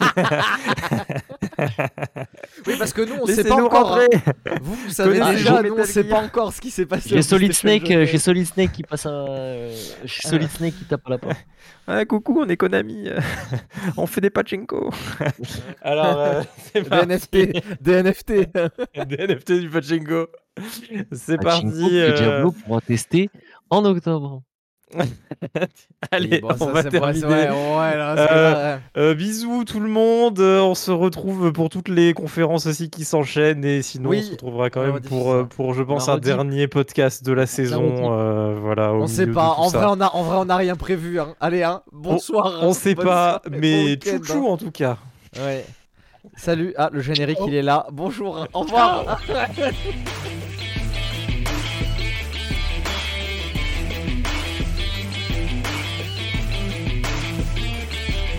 S2: Oui, parce que nous on
S1: Laissez-nous
S2: sait pas encore.
S1: rentrer.
S2: Vous savez
S1: Connaissez
S2: déjà,
S1: Metal
S2: nous on sait
S1: Gear.
S2: pas encore ce qui s'est passé.
S3: J'ai
S2: au
S3: Solid
S2: PlayStation
S3: Snake,
S2: Showcase.
S3: qui passe à. J'ai Solid Snake qui tape à la porte.
S1: Ouais, coucou, on est Konami. On fait des pachinko. Alors, c'est parti.
S2: Des NFT.
S1: Des NFT du pachinko. C'est
S3: Pachinko
S1: parti.
S3: que Diablo pourra tester en octobre.
S1: Allez,
S2: Bon,
S1: on
S2: ça,
S1: va
S2: c'est
S1: terminer.
S2: vrai, ouais, là, c'est vrai.
S1: Bisous tout le monde. On se retrouve pour toutes les conférences aussi qui s'enchaînent. Et sinon,
S2: Oui,
S1: on se retrouvera quand
S2: on
S1: même
S2: rediffuse ça.
S1: pour, je pense,
S3: On
S1: un
S3: redit.
S1: dernier podcast de la saison. Voilà, au
S2: On sait
S1: milieu
S2: pas,
S1: de tout
S2: en
S1: ça.
S2: vrai on a rien prévu, hein. Allez, hein, bonsoir.
S1: On sait
S2: bonne
S1: pas,
S2: soirée, bon
S1: mais
S2: week-end,
S1: chouchou en tout cas.
S2: hein. Ouais. Salut, le générique il est là. Bonjour, au revoir.